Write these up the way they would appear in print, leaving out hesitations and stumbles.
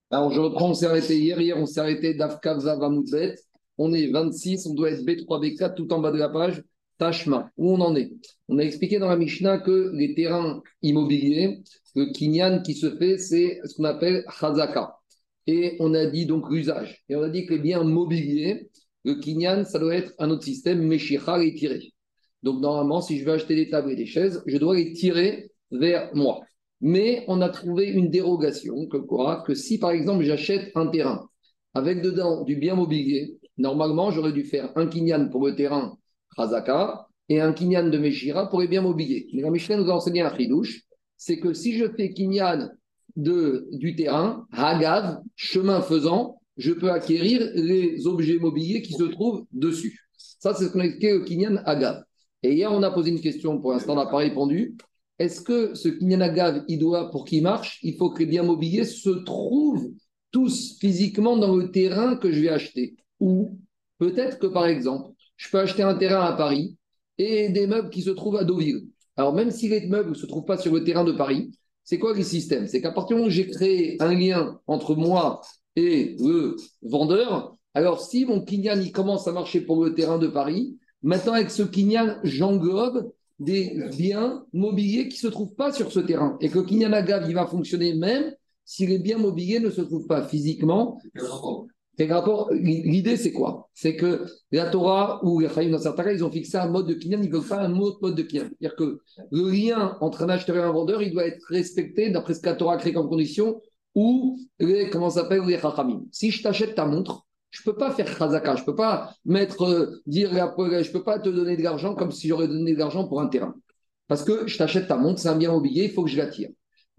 Alors, je reprends, on s'est arrêté hier. Hier, on s'est arrêté d'Afkav Zavamoutbet. On est 26, on doit être B3, B4, tout en bas de la page. Tashma, où on en est? On a expliqué dans la Mishnah que les terrains immobiliers, le kinyan qui se fait, c'est ce qu'on appelle Chazaka. Et on a dit donc l'usage. Et on a dit que les biens mobiliers, le kinyan, ça doit être un autre système, Meshicha et tiré. Donc, normalement, si je veux acheter des tables et des chaises, je dois les tirer vers moi. Mais on a trouvé une dérogation, que si par exemple j'achète un terrain avec dedans du bien mobilier, normalement j'aurais dû faire un kinyan pour le terrain Khazaka et un kinyan de Meshira pour les biens mobiliers. Mais la Mishnah nous a enseigné un chidouche, c'est que si je fais kinyan du terrain, Hagav, chemin faisant, je peux acquérir les objets mobiliers qui se trouvent dessus. Ça, c'est ce qu'on a expliqué au kinyan Hagav. Et hier, on a posé une question, pour l'instant, on n'a pas répondu. Est-ce que ce Kinyanagav, il doit, pour qu'il marche, il faut que les biens mobiliers se trouvent tous physiquement dans le terrain que je vais acheter? Ou peut-être que, par exemple, je peux acheter un terrain à Paris et des meubles qui se trouvent à Deauville. Alors, même si les meubles ne se trouvent pas sur le terrain de Paris, c'est quoi le système? C'est qu'à partir du moment où j'ai créé un lien entre moi et le vendeur, alors si mon Kinyan il commence à marcher pour le terrain de Paris, maintenant avec ce Kinyan, j'englobe des biens mobiliers qui ne se trouvent pas sur ce terrain. Et que Kinyanagav, il va fonctionner même si les biens mobiliers ne se trouvent pas physiquement. L'idée, c'est quoi? C'est que la Torah ou les Chaïm, dans certains cas, ils ont fixé un mode de Kinyan, ils ne veulent pas un autre mode de Kinyan. C'est-à-dire que le lien entre un acheteur et un vendeur, il doit être respecté d'après ce que la Torah crée comme condition ou comment ça s'appelle, les Chachamim. Si je t'achète ta montre, je ne peux pas faire chazaka, je ne peux pas je peux pas te donner de l'argent comme si j'aurais donné de l'argent pour un terrain. Parce que je t'achète ta montre, c'est un bien mobilier, il faut que je l'attire.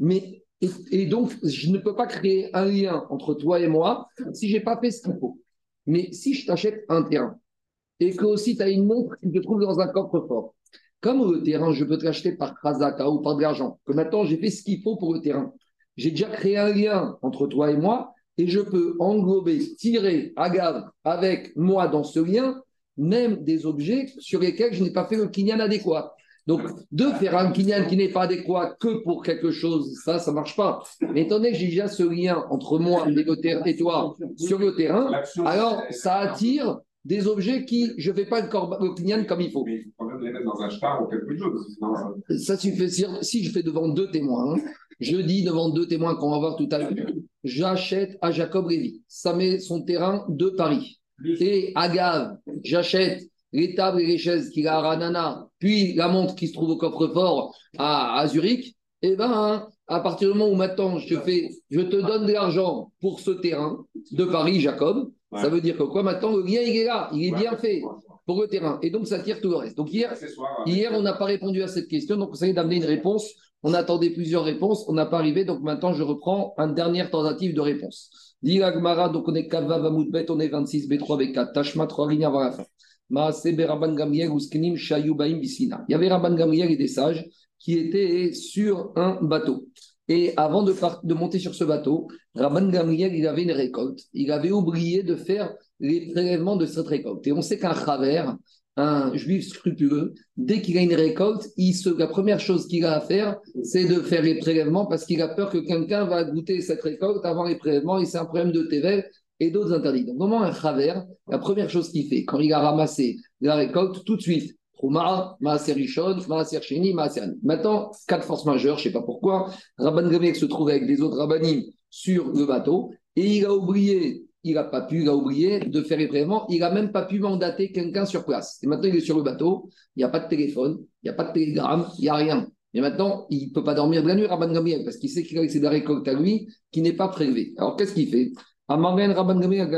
Et donc, je ne peux pas créer un lien entre toi et moi si je n'ai pas fait ce qu'il faut. Mais si je t'achète un terrain et que aussi tu as une montre qui se trouve dans un coffre-fort, comme le terrain, je peux te l'acheter par chazaka ou par de l'argent, que maintenant j'ai fait ce qu'il faut pour le terrain. J'ai déjà créé un lien entre toi et moi et je peux englober, tirer, agave avec moi dans ce lien, même des objets sur lesquels je n'ai pas fait le kinyan adéquat. Donc, de faire un kinyan qui n'est pas adéquat que pour quelque chose, ça ne marche pas. Mais étant donné que j'ai déjà ce lien entre moi et toi sur le terrain, alors ça attire des objets qui, je ne fais pas le kinyan comme il faut. Mais il faut quand même les mettre dans un shtar ou quelque chose. Sinon, Ça suffit. Si je fais devant deux témoins, hein, je dis devant deux témoins qu'on va voir tout à l'heure, j'achète à Jacob Lévy. Ça met son terrain de Paris. Et à Gave, j'achète les tables et les chaises qu'il a à Ranana, puis la montre qui se trouve au coffre-fort à Zurich. Et ben, hein, à partir du moment où maintenant je te donne de l'argent pour ce terrain de Paris, Jacob, ça veut dire que quoi? Maintenant, le lien, il est là, il est bien fait pour le terrain. Et donc, ça tire tout le reste. Donc, hier on n'a pas répondu à cette question, donc on essayé d'amener une réponse. On attendait plusieurs réponses, on n'a pas arrivé, donc maintenant je reprends une dernière tentative de réponse. Dit Agmara, donc on est Kava Vamoudbet, on est 26, B3, B4, Tashma, 3 lignes avant la fin. Maasebe Rabban Gamliel, Uskenim, Shayubaim, Bissina. Il y avait Rabban Gamliel et des sages qui étaient sur un bateau. Et avant de monter sur ce bateau, Rabban Gamliel, il avait une récolte. Il avait oublié de faire les prélèvements de cette récolte. Et on sait qu'un chaver, un juif scrupuleux, dès qu'il a une récolte, la première chose qu'il a à faire, c'est de faire les prélèvements parce qu'il a peur que quelqu'un va goûter cette récolte avant les prélèvements et c'est un problème de tével et d'autres interdits. Donc, comment un chaver, la première chose qu'il fait, quand il a ramassé la récolte, tout de suite, Trouma, Maaser Rishon, Maaser Sheni, Maaser Ani. Maintenant, cas de force majeure, je ne sais pas pourquoi, Rabban Gamliel se trouve avec des autres rabbanim sur le bateau et il a oublié il a oublié de faire les prélèvements, il n'a même pas pu mandater quelqu'un sur place. Et maintenant, il est sur le bateau, il n'y a pas de téléphone, il n'y a pas de télégramme, il n'y a rien. Et maintenant, il ne peut pas dormir de la nuit, Rabban Gamliel, parce qu'il sait qu'il a laissé de la récolte à lui qui n'est pas prélevée. Alors, qu'est-ce qu'il fait? Rabban Gamliel,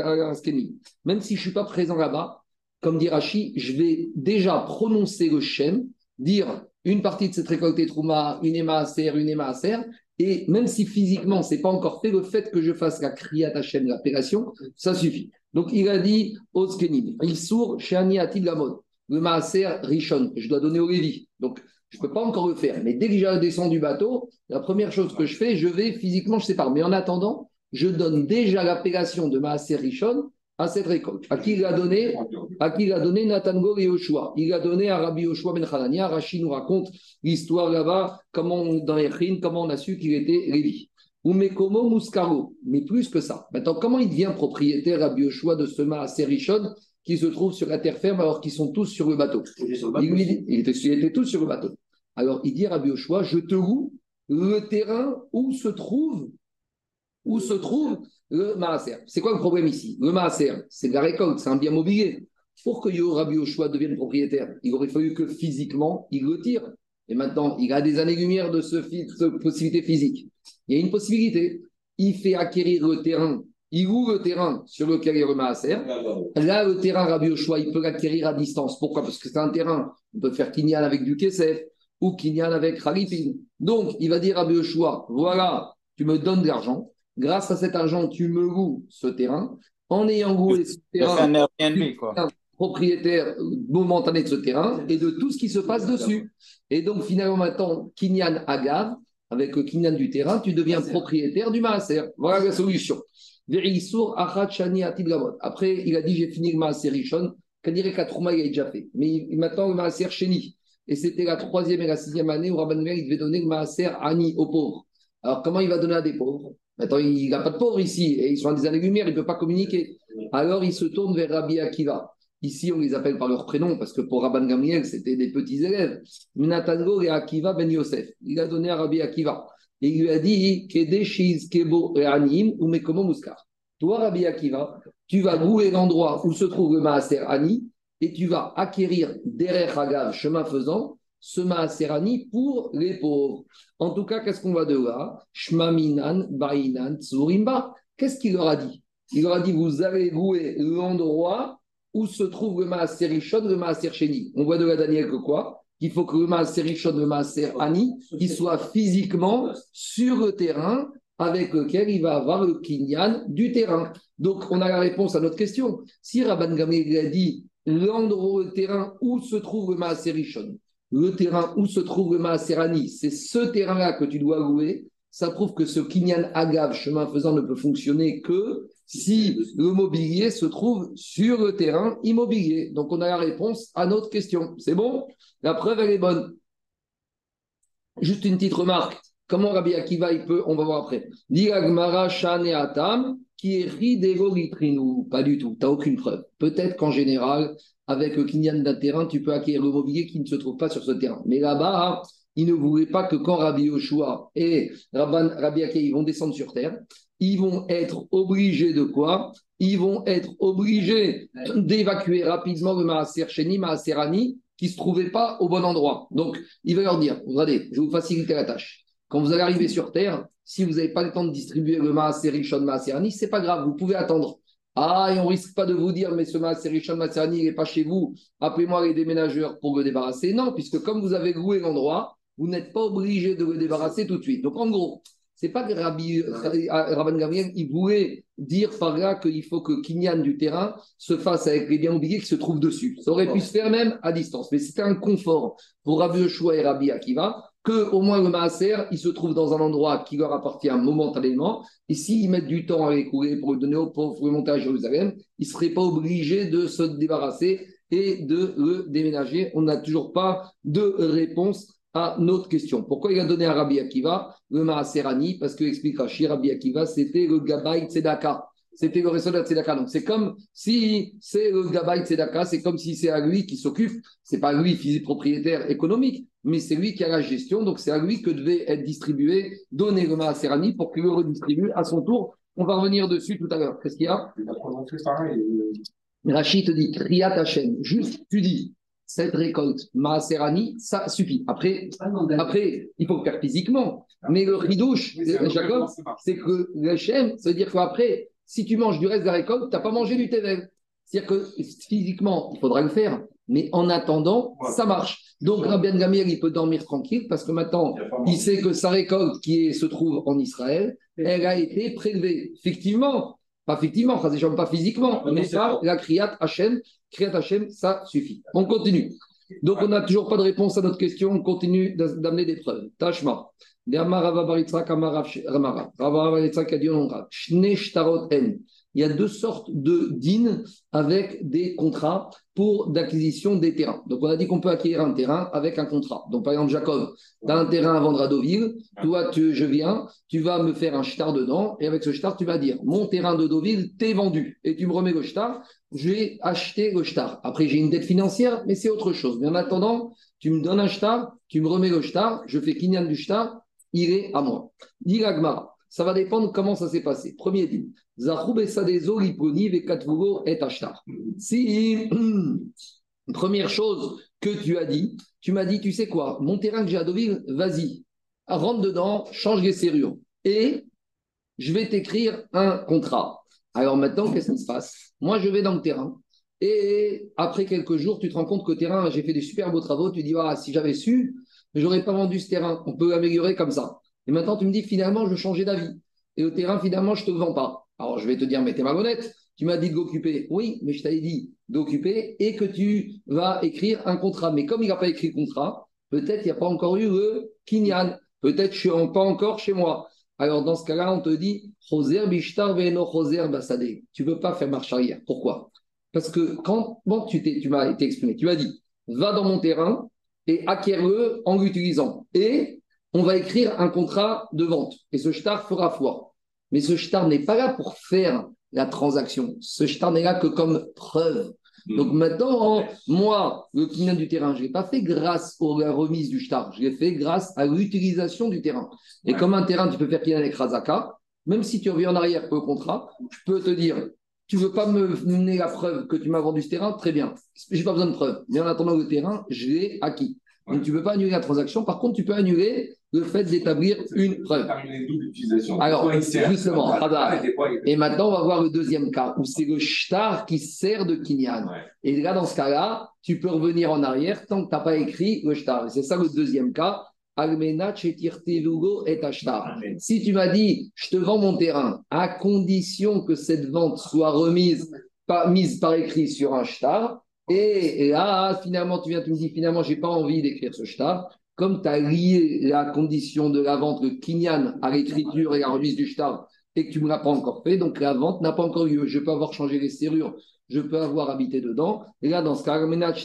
même si je ne suis pas présent là-bas, comme dit Rashi, je vais déjà prononcer le Shem, dire une partie de cette récolte est Trouma, une Emaaser, une Emaaser, et même si physiquement, ce n'est pas encore fait, le fait que je fasse la Kriyat Hashem, l'appellation, ça suffit. Donc, il a dit Ozkenim, il sourd, Shani Atid Lamod, le Maaser Rishon, que je dois donner au Lévi. Donc, je ne peux pas encore le faire. Mais dès que je descends du bateau, la première chose que je fais, je vais physiquement, je sépare. Mais en attendant, je donne déjà l'appellation de Maaser Rishon à cette récolte. À qui il a donné? À qui il a donné? Nathan Gor et Yoshua. Il a donné à Rabbi Yoshua ben Hanania. Rachid nous raconte l'histoire là-bas, comment dans Echin, comment on a su qu'il était Lévi. ou Mekomo Muskaro. Mais plus que ça. Maintenant, comment il devient propriétaire Rabbi Yoshua de ce Maaser Rishon qui se trouve sur la terre ferme alors qu'ils sont tous sur le bateau? Il était tous sur le bateau. Alors il dit à Rabbi Yoshua, je te loue le terrain où se trouve le Maaser. C'est quoi le problème ici? Le Maaser, c'est de la récolte, c'est un bien mobilier. Pour que Rabbi Yoshua devienne propriétaire, il aurait fallu que physiquement, il le tire. Et maintenant, il a des années-lumière de cette possibilité physique. Il y a une possibilité. Il fait acquérir le terrain, il loue le terrain sur lequel il y a le Maaser. Là, le terrain Rabbi Yoshua, il peut l'acquérir à distance. Pourquoi? Parce que c'est un terrain. On peut faire Kinyan avec du Kesef ou Kinyan avec Khalifin. Donc, il va dire à Rabbi Yoshua, voilà, tu me donnes de l'argent. Grâce à cet argent, tu me loues ce terrain. En ayant loué ce terrain, tu deviens propriétaire momentané de ce terrain et de tout ce qui se passe dessus. Et donc, finalement, maintenant, Kinyan Agav, avec le Kinyan du terrain, tu deviens propriétaire du Maaser. Voilà la solution. Après, il a dit, j'ai fini le Maaser Rishon. Qu'on dirait qu'à Trouma, il a déjà fait. Mais maintenant, le Maaser Sheni. Et c'était la 3e et la 6e année où Rabban Gamliel, il devait donner le Maaser Ani aux pauvres. Alors, comment il va donner à des pauvres? Maintenant, il n'a pas de pauvres ici. Et ils sont à des années-lumière, il ne peut pas communiquer. Alors, il se tourne vers Rabbi Akiva. Ici, on les appelle par leur prénom, parce que pour Rabban Gamliel, c'était des petits élèves. Minatango et Akiva ben Yosef. Il a donné à Rabbi Akiva. Et il lui a dit, Kedeshiz Kebo et Anim, ou Mekomo Muskar. Toi, Rabbi Akiva, tu vas louer l'endroit où se trouve le Maaser Ani, et tu vas acquérir derrière Hagav, chemin faisant, ce Maaser Ani pour les pauvres. En tout cas, qu'est-ce qu'on va de là? Shmaminan, Bainan, Tsurimba. Qu'est-ce qu'il leur a dit? Il leur a dit, vous allez louer l'endroit où se trouve le Maaser Rishon, le Maaser Sheni. On voit de là, Daniel, que quoi? Qu'il faut que le Maaser Rishon, le Maaser Ani, il soit physiquement sur le terrain avec lequel il va avoir le kinyan du terrain. Donc, on a la réponse à notre question. Si Rabban Gamliel a dit l'endroit, le terrain où se trouve le Maaser Rishon, le terrain où se trouve le Maaser Ani, c'est ce terrain-là que tu dois louer, ça prouve que ce kinyan Agav, chemin faisant, ne peut fonctionner que si le mobilier se trouve sur le terrain immobilier. Donc, on a la réponse à notre question. C'est bon? La preuve, elle est bonne. Juste une petite remarque. Comment Rabbi Akiva, il peut, on va voir après. Diragmara Shaneatam, qui est ridegoritrinu. Pas du tout, tu n'as aucune preuve. Peut-être qu'en général, avec le kinyan d'un terrain, tu peux acquérir le mobilier qui ne se trouve pas sur ce terrain. Mais là-bas, il ne voulait pas que quand Rabbi Yoshua et Rabbi Akiva vont descendre sur terre, ils vont être obligés de quoi? Ils vont être obligés d'évacuer rapidement le Maaser Sheni, Maaser Ani, qui ne se trouvait pas au bon endroit. Donc, il va leur dire, regardez, je vais vous faciliter la tâche. Quand vous allez arriver sur terre, si vous n'avez pas le temps de distribuer le Maaser Rishon, Maaser Ani, ce n'est pas grave, vous pouvez attendre. Ah, et on ne risque pas de vous dire, mais ce Maaser Rishon, Maaser Ani, il n'est pas chez vous, appelez-moi les déménageurs pour le débarrasser. Non, puisque comme vous avez loué l'endroit, vous n'êtes pas obligé de le débarrasser tout de suite. Donc, en gros, c'est pas que Rabban Gamliel, il voulait dire par là qu'il faut que Kinyan du terrain se fasse avec les biens mobiliers qui se trouvent dessus. Ça aurait pu se faire même à distance. Mais c'était un confort pour Rabbi Yoshua et Rabbi Akiva qu'au moins le Maaser, il se trouve dans un endroit qui leur appartient momentanément. Et s'ils mettent du temps à l'écouler pour le donner aux pauvres, pour le monter à Jérusalem, ils ne seraient pas obligés de se débarrasser et de le déménager. On n'a toujours pas de réponse à notre question. Pourquoi il a donné à Rabbi Akiva le Maaser Ani? Parce que, explique Rashi, Rabbi Akiva, c'était le Gabay Tzedaka. C'était le réseau de la Tzedaka. Donc, c'est comme si c'est le Gabay Tzedaka, c'est comme si c'est à lui qui s'occupe. C'est pas lui, propriétaire économique, mais c'est lui qui a la gestion. Donc, c'est à lui que devait être distribué, donner le Maaser Ani pour qu'il le redistribue à son tour. On va revenir dessus tout à l'heure. Qu'est-ce qu'il y a? Rachid te dit, Kriyat Hashem. Juste, tu dis, cette récolte, Maaser Ani, ça suffit. Après, il faut le faire physiquement. Mais le ridouche, Jacob, c'est que l'Hachem, ça veut dire qu'après, si tu manges du reste de la récolte, tu n'as pas mangé du Tevel. C'est-à-dire que physiquement, il faudra le faire. Mais en attendant, ça marche. Donc, Rabbi Gamliel, il peut dormir tranquille parce que maintenant, il sait que sa récolte qui se trouve en Israël, elle a été prélevée. Effectivement, pas physiquement, mais ça, la Kriyat Hashem, ça suffit. On continue. Donc, on n'a toujours pas de réponse à notre question. On continue d'amener des preuves. Tashma. il y a deux sortes de dînes avec des contrats pour d'acquisition des terrains. Donc, on a dit qu'on peut acquérir un terrain avec un contrat. Donc, par exemple, Jacob, tu as un terrain à vendre à Deauville. Toi, je viens, tu vas me faire un shtar dedans. Et avec ce shtar, tu vas dire, mon terrain de Deauville t'est vendu. Et tu me remets le shtar. Je vais acheter le shtar. Après, j'ai une dette financière, mais c'est autre chose. Mais en attendant, tu me donnes un shtar, tu me remets le shtar, je fais kinyan du shtar, il est à moi. Dit l'Agmara, ça va dépendre comment ça s'est passé. Premier dit, Zachou Besadezo Liponi Vekatvugo et Ashtar. Si, première chose que tu m'as dit, tu sais quoi, mon terrain que j'ai à Deauville, vas-y, rentre dedans, change les serrures. Et je vais t'écrire un contrat. Alors maintenant, qu'est-ce qui se passe? Moi, je vais dans le terrain. Et après quelques jours, tu te rends compte qu'au terrain, j'ai fait des super beaux travaux. Tu dis, ah, si j'avais su, je n'aurais pas vendu ce terrain. On peut l'améliorer comme ça. Et maintenant, tu me dis, finalement, je veux changer d'avis. Et au terrain, finalement, je ne te le vends pas. Alors, je vais te dire, mais t'es malhonnête. Tu m'as dit de l'occuper. Oui, mais je t'avais dit d'occuper et que tu vas écrire un contrat. Mais comme il n'a pas écrit le contrat, peut-être il n'y a pas encore eu le kinyan. Peut-être je ne suis pas encore chez moi. Alors, dans ce cas-là, on te dit, Choser bishtar ve'eno choser basadeh. Tu ne peux pas faire marche arrière. Pourquoi? Parce que tu m'as été exprimé, tu m'as dit, va dans mon terrain et acquiers-le en l'utilisant. Et on va écrire un contrat de vente. Et ce shtar fera foi. Mais ce shtar n'est pas là pour faire la transaction. Ce shtar n'est là que comme preuve. Donc maintenant, moi, le kinyan du terrain, je ne l'ai pas fait grâce à la remise du shtar. Je l'ai fait grâce à l'utilisation du terrain. Et comme un terrain, tu peux faire kinyan avec Razaka, même si tu reviens en arrière pour le contrat, je peux te dire, tu ne veux pas me donner la preuve que tu m'as vendu ce terrain, très bien. Je n'ai pas besoin de preuve. Mais en attendant le terrain, je l'ai acquis. Donc, tu ne peux pas annuler la transaction. Par contre, tu peux annuler le fait d'établir une preuve. Alors, justement, et maintenant, on va voir le deuxième cas, où c'est le shtar qui sert de kinyan. Ouais. Et là, dans ce cas-là, tu peux revenir en arrière tant que tu n'as pas écrit le shtar. C'est ça le deuxième cas. Si tu m'as dit, je te vends mon terrain, à condition que cette vente soit mise par écrit sur un shtar, et là, finalement, tu me dis, finalement, je n'ai pas envie d'écrire ce shtar. Comme tu as lié la condition de la vente, le kinyan, à l'écriture et la remise du shtar, et que tu ne me l'as pas encore fait, donc la vente n'a pas encore eu lieu. Je peux avoir changé les serrures, je peux avoir habité dedans. Et là, dans ce cas,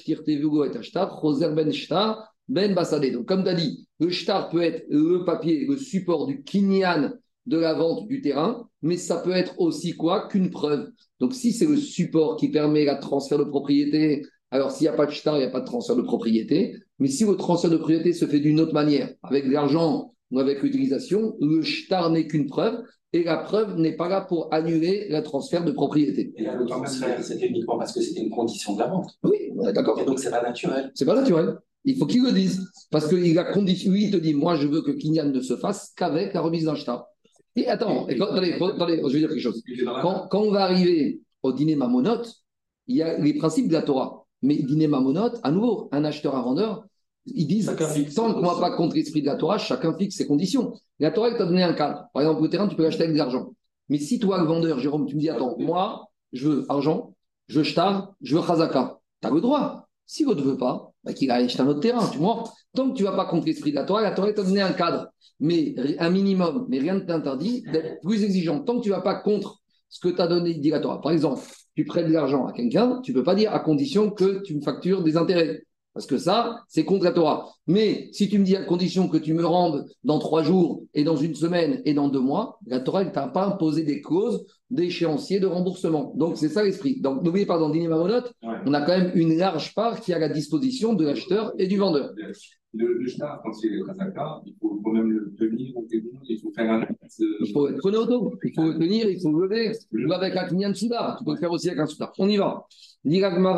ben Bassadé. Donc, comme tu as dit, le shtar peut être le papier, le support du kinyan de la vente du terrain, mais ça peut être aussi quoi qu'une preuve. Donc, si c'est le support qui permet la transfert de propriété, alors s'il n'y a pas de shtar, il n'y a pas de transfert de propriété. Mais si le transfert de propriété se fait d'une autre manière, avec de l'argent ou avec l'utilisation, le shtar n'est qu'une preuve. Et la preuve n'est pas là pour annuler le transfert de propriété. Et là, le transfert, c'était uniquement parce que c'était une condition de la vente. Oui, d'accord. Et donc, c'est pas naturel. C'est pas naturel. Il faut qu'il le dise. Parce qu'il a condition. Lui, il te dit, moi, je veux que Kinyan ne se fasse qu'avec la remise d'un shtar. Et attends, attendez, je vais dire quelque chose. Quand on va arriver au dîner mamonote, il y a les principes de la Torah. Mais dîner mamonote, à nouveau, un acheteur, un vendeur, ils disent, tant qu'on ne va pas contre l'esprit de la Torah, chacun fixe ses conditions. La Torah, elle t'a donné un cadre. Par exemple, le terrain, tu peux l'acheter avec de l'argent. Mais si toi, le vendeur, Jérôme, tu me dis, attends, moi, je veux argent, je veux shtar, je veux chazaka, tu as le droit. Si l'autre ne veut pas, bah, qu'il aille acheter un autre terrain, tu vois. Tant que tu ne vas pas contre l'esprit de la Torah t'a donné un cadre, mais un minimum, mais rien ne t'interdit d'être plus exigeant. Tant que tu ne vas pas contre ce que t'a donné, dit la Torah. Par exemple, tu prêtes de l'argent à quelqu'un, tu ne peux pas dire à condition que tu me factures des intérêts. Parce que ça, c'est contre la Torah. Mais si tu me dis à condition que tu me rendes dans 3 jours et dans 1 semaine et dans 2 mois, la Torah ne t'a pas imposé des clauses d'échéancier de remboursement. Donc, c'est ça l'esprit. Donc, n'oubliez pas, dans le dîner mamonote, on a quand même une large part qui est à la disposition de l'acheteur et du vendeur. Le shtar, quand il est Khazaka, il faut même le tenir, il faut faire un. Il faut être auto, il faut le tenir, il faut le lever. Ou avec un kinyan soudar, tu peux le faire aussi avec un soudar. On y va. On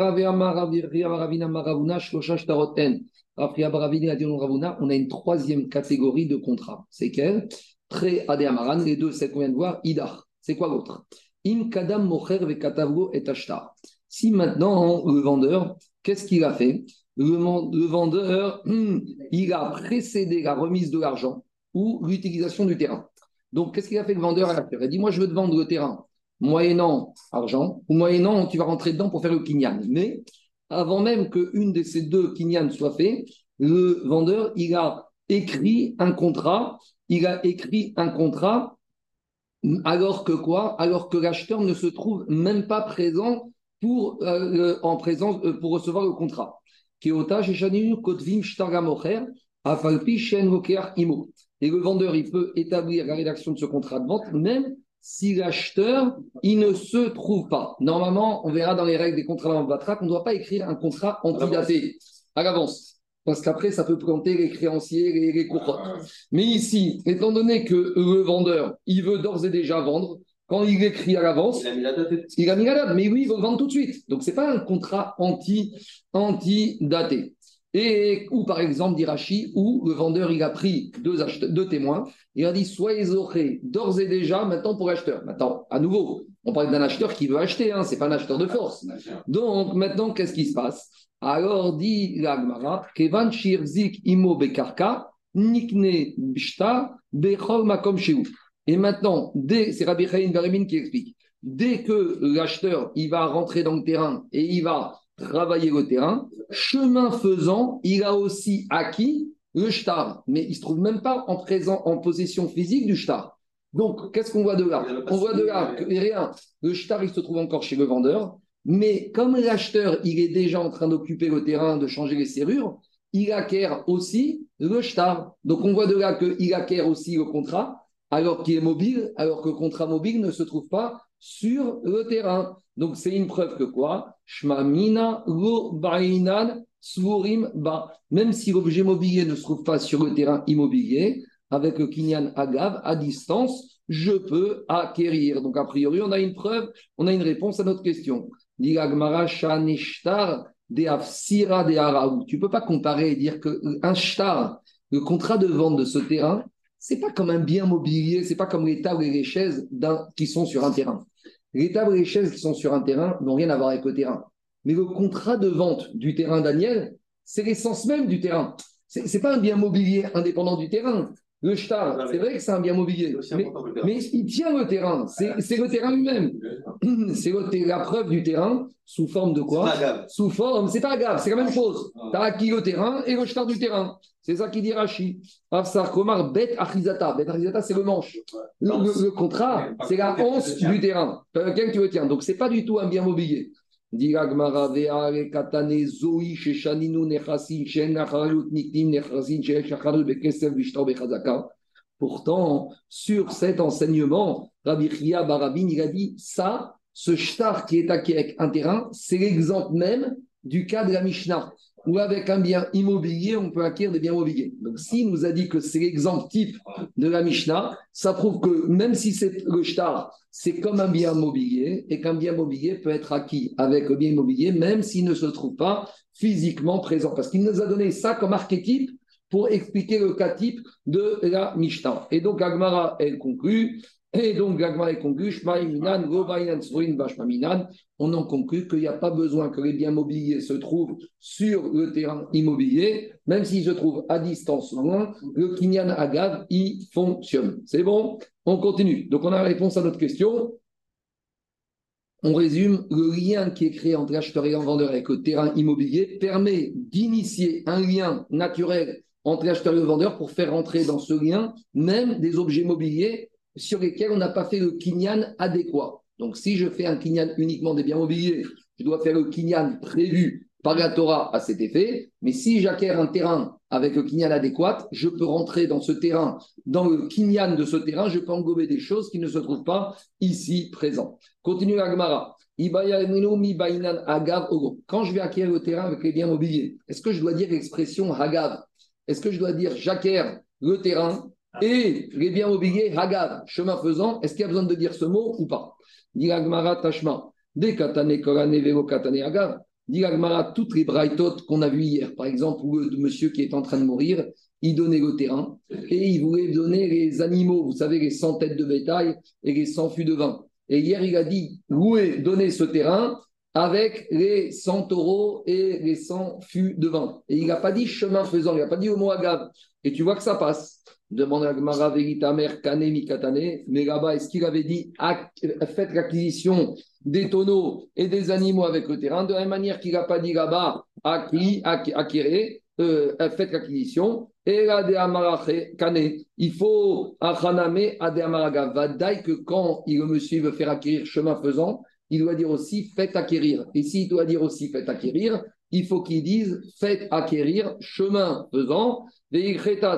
a une troisième catégorie de contrats. C'est quelle? Très Adéamaran, les deux, c'est qu'on vient de voir, Idar. C'est quoi l'autre? Im kadam mocher ve katavgo et ashtar. Si maintenant, le vendeur, qu'est-ce qu'il a fait? Le vendeur, il a précédé la remise de l'argent ou l'utilisation du terrain. Donc, qu'est-ce qu'il a fait le vendeur à la Il a dit, moi, je veux te vendre le terrain moyennant argent ou moyennant, tu vas rentrer dedans pour faire le kinyan. Mais avant même qu'une de ces deux kinyan soit fait, le vendeur, il a écrit un contrat Alors que quoi? Alors que l'acheteur ne se trouve même pas présent en présence pour recevoir le contrat. Keota sheshaninu kotvim shtar mocher afalpi shen lokeach imo. Et le vendeur, il peut établir la rédaction de ce contrat de vente, même si l'acheteur, il ne se trouve pas. Normalement, on verra dans les règles des contrats de vente Batra qu'on ne doit pas écrire un contrat antidaté à l'avance. Parce qu'après, ça peut planter les créanciers, les courrottes. Mais ici, étant donné que le vendeur, il veut d'ores et déjà vendre, quand il écrit à l'avance, il a mis la date. Mais oui, il veut vendre tout de suite. Donc, ce n'est pas un contrat anti-daté. Ou par exemple, dit Rachi, où le vendeur, il a pris deux témoins, il a dit, soyez aurez d'ores et déjà maintenant pour l'acheteur. Maintenant, à nouveau, on parle d'un acheteur qui veut acheter, ce n'est pas un acheteur de force. Donc, maintenant, qu'est-ce qui se passe? Alors, dit l'Agmara, Kevan Shirzik Imo Bekarka, Nikne Bishta, Bechol Makom Sheou. Et maintenant, c'est Rabbi Chaim Baremin qui explique, dès que l'acheteur il va rentrer dans le terrain et il va travailler le terrain, chemin faisant, il a aussi acquis le shtar, mais il ne se trouve même pas en possession physique du shtar. Donc, qu'est-ce qu'on voit de là? On voit de là que rien, le shtar, il se trouve encore chez le vendeur, mais comme l'acheteur, il est déjà en train d'occuper le terrain, de changer les serrures, il acquiert aussi le shtar. Donc, on voit de là qu'il acquiert aussi le contrat, alors qu'il est mobile, alors que le contrat mobile ne se trouve pas sur le terrain. Donc, c'est une preuve que quoi? Shma mina lo bainan svorim ba. Même si l'objet mobilier ne se trouve pas sur le terrain immobilier, avec le kinyan agav, à distance, je peux acquérir. Donc, a priori, on a une preuve, on a une réponse à notre question. Tu ne peux pas comparer et dire qu'un shtar, le contrat de vente de ce terrain, c'est pas comme un bien mobilier, c'est pas comme les tables et les chaises qui sont sur un terrain. Les tables et les chaises qui sont sur un terrain n'ont rien à voir avec le terrain. Mais le contrat de vente du terrain Daniel, c'est l'essence même du terrain. C'est pas un bien mobilier indépendant du terrain. Le shtar, c'est vrai que c'est un bien mobilier, mais il tient le terrain. C'est le terrain lui-même. C'est la preuve du terrain sous forme de quoi? Sous forme, c'est pas grave, c'est la même chose. Tu as acquis le terrain et le shtar du terrain. C'est ça qui dit Rashi. Afsar Komar, bet achizata. Bet achizata, c'est le manche. Le contrat, c'est la hanse du terrain. Lequel tu le tiens. Donc, c'est pas du tout un bien mobilier. Pourtant, sur cet enseignement, Rabbi Chia Barabin, il a dit ça, ce shtar qui est acquis avec un terrain, c'est l'exemple même du cas de la Mishnah, où avec un bien immobilier, on peut acquérir des biens mobiliers. Donc, s'il nous a dit que c'est l'exemple type de la Mishnah, ça prouve que même si c'est le shtar, c'est comme un bien mobilier, et qu'un bien mobilier peut être acquis avec le bien immobilier, même s'il ne se trouve pas physiquement présent. Parce qu'il nous a donné ça comme archétype pour expliquer le cas type de la Mishnah. Et donc, Agmara, elle conclut. On en conclut qu'il n'y a pas besoin que les biens mobiliers se trouvent sur le terrain immobilier, même s'ils se trouvent à distance loin, le Kinyan Agav, il fonctionne. C'est bon? On continue. Donc, on a la réponse à notre question. On résume, le lien qui est créé entre l'acheteur et le vendeur avec le terrain immobilier permet d'initier un lien naturel entre l'acheteur et le vendeur pour faire rentrer dans ce lien même des objets mobiliers sur lesquels on n'a pas fait le kinyan adéquat. Donc, si je fais un kinyan uniquement des biens mobiliers, je dois faire le kinyan prévu par la Torah à cet effet. Mais si j'acquiers un terrain avec le kinyan adéquat, je peux rentrer dans ce terrain, dans le kinyan de ce terrain, je peux englober des choses qui ne se trouvent pas ici présentes. Continue la Gemara. Quand je vais acquérir le terrain avec les biens mobiliers, est-ce que je dois dire l'expression hagav? Est-ce que je dois dire j'acquiers le terrain et les biens mobiliers hagav, chemin faisant? Est-ce qu'il y a besoin de dire ce mot ou pas? Toutes les braïtot qu'on a vues hier, par exemple, où le monsieur qui est en train de mourir, il donnait le terrain et il voulait donner les animaux, vous savez, les 100 têtes de bétail et les 100 fûts de vin. Et hier, il a dit, donner ce terrain avec les 100 taureaux et les 100 fûts de vin. Et il n'a pas dit chemin faisant, il n'a pas dit au mot agav. Et tu vois que ça passe. Demande à Gmara Veritamer Kane Mikatane. Mais là-bas, est-ce qu'il avait dit faites l'acquisition des tonneaux et des animaux avec le terrain de la même manière qu'il n'a pas dit là-bas acquérir. faites l'acquisition. Et la de Amarache, Kane, il faut Achaname Ade Amaraga Vadaï que quand le monsieur veut faire acquérir chemin faisant, il doit dire aussi faites acquérir. Et s'il doit dire aussi faites acquérir, il faut qu'il dise faites acquérir chemin faisant. Et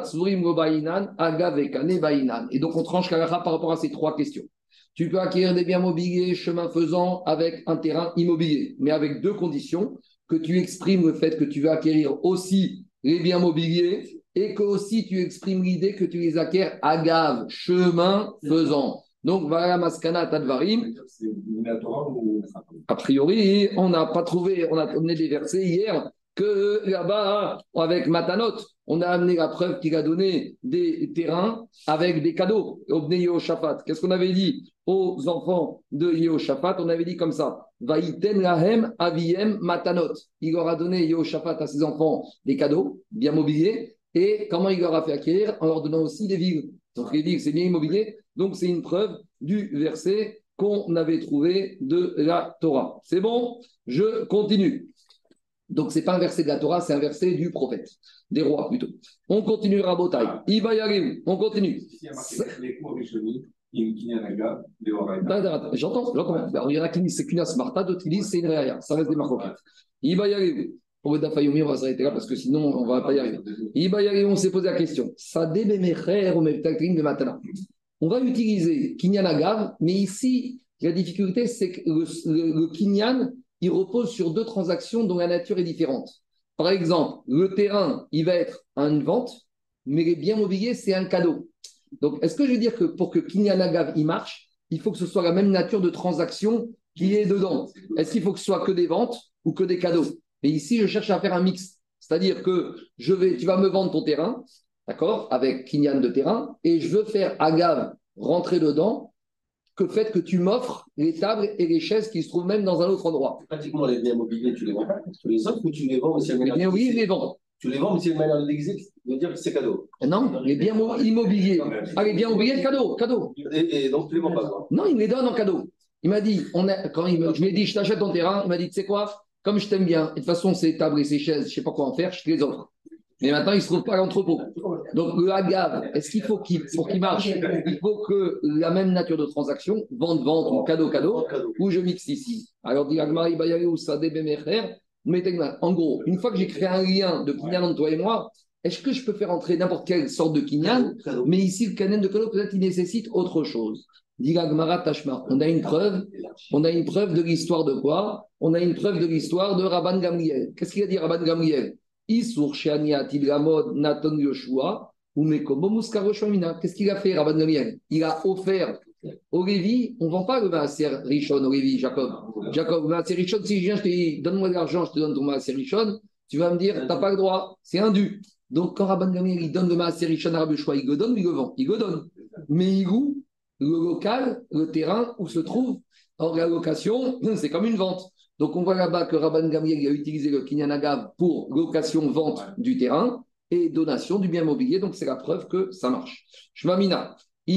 donc on tranche Kalacha par rapport à ces trois questions. Tu peux acquérir des biens mobiliers chemin faisant avec un terrain immobilier, mais avec deux conditions, que tu exprimes le fait que tu veux acquérir aussi les biens mobiliers et que aussi tu exprimes l'idée que tu les acquiers agave, chemin faisant. Donc, voilà maskana tadvarim. C'est Minatora ou A priori, on n'a pas trouvé, on a amené des versets hier que là-bas, avec Matanot, on a amené la preuve qu'il a donné des terrains avec des cadeaux au Bnei Yehoshaphat. Qu'est-ce qu'on avait dit aux enfants de Yehoshaphat? On avait dit comme ça: Vaïten lahem aviem matanot. Il leur a donné Yehoshaphat à ses enfants des cadeaux bien mobiliers. Et comment il leur a fait acquérir? En leur donnant aussi des villes. Donc les villes, c'est bien immobilier. Donc c'est une preuve du verset qu'on avait trouvé de la Torah. C'est bon? Je continue. Donc, ce n'est pas un verset de la Torah, c'est un verset du prophète, des rois plutôt. On continue, Rabotai. Ibayareu, on continue. Ici, il y a marqué les cours Rishonim, Kinyanaga, les Horaïda. J'entends. Alors, il y en a qui disent c'est qu'une asmarta, d'autres qui disent c'est une réa. Ça reste des marcoquettes. Ibayareu. Pour le Dafayomi, on va s'arrêter là parce que sinon, on ne va pas y arriver. Ibayareu, on s'est posé la question. On va utiliser Kinyanagav, mais ici, la difficulté, c'est que le Kinyan, il repose sur deux transactions dont la nature est différente. Par exemple, le terrain, il va être une vente, mais les biens mobiliers, c'est un cadeau. Donc, est-ce que je veux dire que pour que Kinyanagav il marche, il faut que ce soit la même nature de transaction qui est dedans? Est-ce qu'il faut que ce soit que des ventes ou que des cadeaux? Et ici, je cherche à faire un mix. C'est-à-dire que tu vas me vendre ton terrain, d'accord, avec Kinyan de terrain, et je veux faire Agav rentrer dedans, que le fait que tu m'offres les tables et les chaises qui se trouvent même dans un autre endroit. Pratiquement, les biens mobiliers, tu les vends pas. Tu les offres ou tu les vends aussi à manière Les biens immobiliers, je les vends. Tu les vends, mais c'est une manière de dire que c'est cadeau. Non, les biens immobiliers. Ah, les biens immobiliers, cadeau. Et donc, tu les vends pas, quoi. Non, il me les donne en cadeau. Il m'a dit, je lui ai dit, je t'achète ton terrain. Il m'a dit, tu sais quoi, comme je t'aime bien, et de toute façon, ces tables et ces chaises, je ne sais pas quoi en faire, je te les offre. Mais maintenant, il ne se trouve pas à l'entrepôt. Donc, le Hagav, est-ce qu'il faut pour qu'il marche, il faut que la même nature de transaction, vente, ou cadeau, ou je mixe ici. Alors, dit Agmari Bayari ou Sadé Bemecher, en gros, une fois que j'ai créé un lien de Kinyan entre toi et moi, est-ce que je peux faire entrer n'importe quelle sorte de Kinyan? Mais ici, le Kinyan de cadeau, peut-être, il nécessite autre chose. Dit Agmara Tashma, on a une preuve de l'histoire de quoi? On a une preuve de l'histoire de Rabban Gamliel. Qu'est-ce qu'il a dit Rabban Gamliel? Qu'est-ce qu'il a fait, Rabban Gamliel? Il a offert au Lévi, on ne vend pas le Maaser Rishon au Lévi, Jacob. Jacob, le Maaser Rishon, si je viens, je te dis, donne-moi de l'argent, je te donne ton Maaser Rishon, tu vas me dire, tu n'as pas le droit, c'est un dû. Donc, quand Rabban Gamliel il donne le Maaser Rishon à Rabbi Yoshua, il le donne ou il le vend? Il le donne. Mais il loue le local, le terrain où se trouve. Or, la location, c'est comme une vente. Donc, on voit là-bas que Rabban Gamliel a utilisé le Kinyanagav pour location-vente du terrain et donation du bien mobilier. Donc, c'est la preuve que ça marche. Shmamina.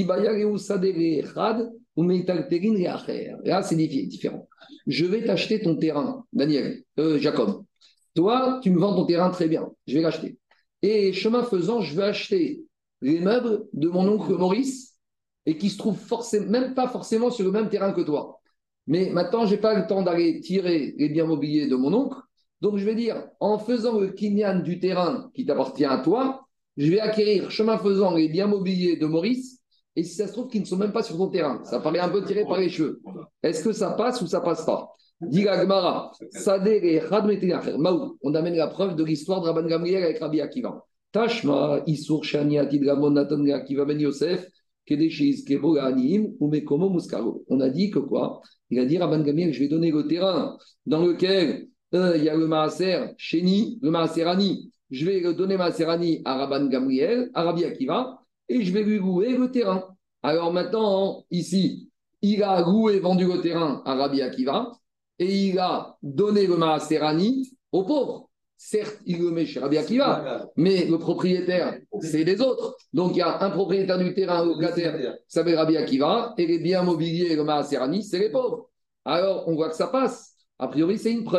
Là, c'est différent. Je vais t'acheter ton terrain, Jacob. Toi, tu me vends ton terrain très bien. Je vais l'acheter. Et chemin faisant, je vais acheter les meubles de mon oncle Maurice et qui se trouvent même pas forcément sur le même terrain que toi. Mais maintenant, je n'ai pas le temps d'aller tirer les biens mobiliers de mon oncle. Donc, je vais dire, en faisant le kinyan du terrain qui t'appartient à toi, je vais acquérir, chemin faisant, les biens mobiliers de Maurice. Et si ça se trouve qu'ils ne sont même pas sur ton terrain, ça paraît un peu tiré par les cheveux. Est-ce que ça passe ou ça passe pas? Dit Agmara, Maou, on amène la preuve de l'histoire de Rabban Gamliel avec Rabbi Akiva. Tashma, Isur, Shani, Atid, Ramon, Natan, Akiva, Ben Yosef, Kedeshis, Keboganim, ou Mekomo, Muskaro. On a dit que quoi? Il a dit Rabban Gamliel, je vais donner le terrain dans lequel il y a le Maaser Sheni, le Maaserani. Je vais donner Maaserani à Rabban Gamliel, à Rabbi Akiva, et je vais lui louer le terrain. Alors maintenant, ici, il a loué, vendu le terrain à Rabbi Akiva, et il a donné le Maaserani aux pauvres. Certes, il le met chez Rabbi Akiva, mais le propriétaire, c'est les autres. Donc, il y a un propriétaire du terrain, un locataire, qui s'appelle Rabbi Akiva, et les biens mobiliers, le Maaserani, c'est les pauvres. Alors, on voit que ça passe. A priori, c'est une preuve.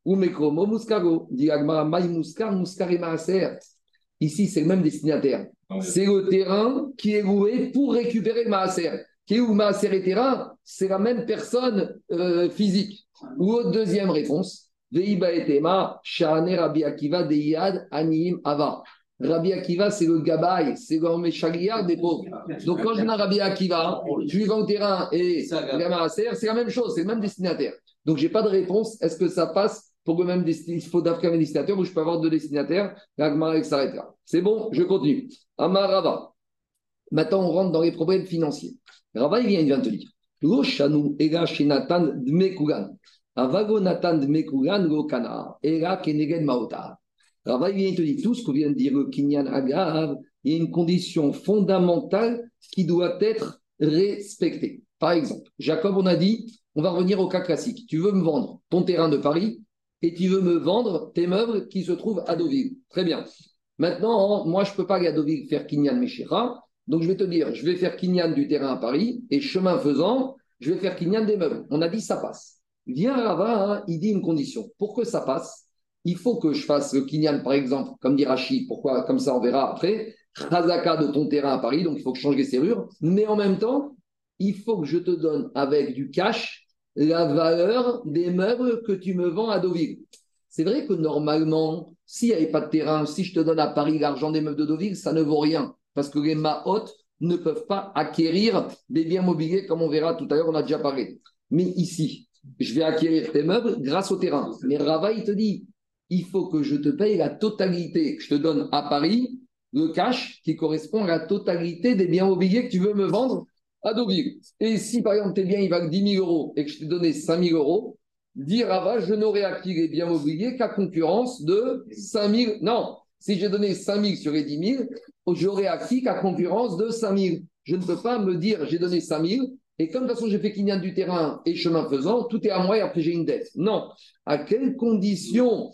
Ou Mekromo Muskaro. Dit Agmara, Maï Muskar, Muskar et Maaser. Ici, c'est le même destinataire. C'est le terrain qui est loué pour récupérer le Maaser. Qui est où Maaser et terrain, c'est la même personne physique. Ou deuxième réponse, Veiba et Tema, Shahane Rabbi Akiva, Deyad, Anim, Ava. Rabbi Akiva, c'est le gabaï, c'est le méchaliard des pauvres. Donc quand je viens à Rabbi Akiva, je lui vends le terrain et le Maaser, c'est la même chose, c'est le même destinataire. Donc je n'ai pas de réponse. Est-ce que ça passe pour le même destinataire? Il faut d'abord un destinataire ou je peux avoir deux destinataires? La s'arrête là. C'est bon, je continue. Amar Rava. Maintenant, on rentre dans les problèmes financiers. Rava, il vient te dire. Lo shanu ega shenatan dmekugan. Avago natan dmekugan lo kana. Ega kenegen maota. Rava, il vient te dire tout ce que vient de dire le Kinyan Agav. Il y a une condition fondamentale qui doit être respectée. Par exemple, Jacob, on a dit, on va revenir au cas classique. Tu veux me vendre ton terrain de Paris et tu veux me vendre tes meubles qui se trouvent à Deauville. Très bien. Maintenant, moi, je ne peux pas aller à Deauville faire Kinyan Meshira. Donc, je vais te dire, je vais faire Kinyan du terrain à Paris et chemin faisant, je vais faire Kinyan des meubles. On a dit, ça passe. Viens Rava, il dit une condition. Pour que ça passe, il faut que je fasse le Kinyan, par exemple, comme dit Rachid. Pourquoi? Comme ça, on verra après. Chazaka de ton terrain à Paris, donc il faut que je change les serrures. Mais en même temps, il faut que je te donne avec du cash la valeur des meubles que tu me vends à Deauville. C'est vrai que normalement, s'il n'y avait pas de terrain, si je te donne à Paris l'argent des meubles de Deauville, ça ne vaut rien. Parce que les Mahot ne peuvent pas acquérir des biens mobiliers, comme on verra tout à l'heure, on a déjà parlé. Mais ici, je vais acquérir tes meubles grâce au terrain. Mais Rava, il te dit, il faut que je te paye la totalité que je te donne à Paris, le cash qui correspond à la totalité des biens mobiliers que tu veux me vendre à Deauville. Et si, par exemple, tes biens, ils valent 10 000 euros et que je t'ai donné 5 000 euros, dit Rava, je n'aurais acquis les biens mobiliers qu'à concurrence de 5 000. Non, si j'ai donné 5 000 sur les 10 000, j'aurais acquis qu'à concurrence de 5 000. Je ne peux pas me dire, j'ai donné 5 000, et comme de toute façon, j'ai fait Kinyan du terrain et chemin faisant, tout est à moi et après j'ai une dette. Non. À quelles conditions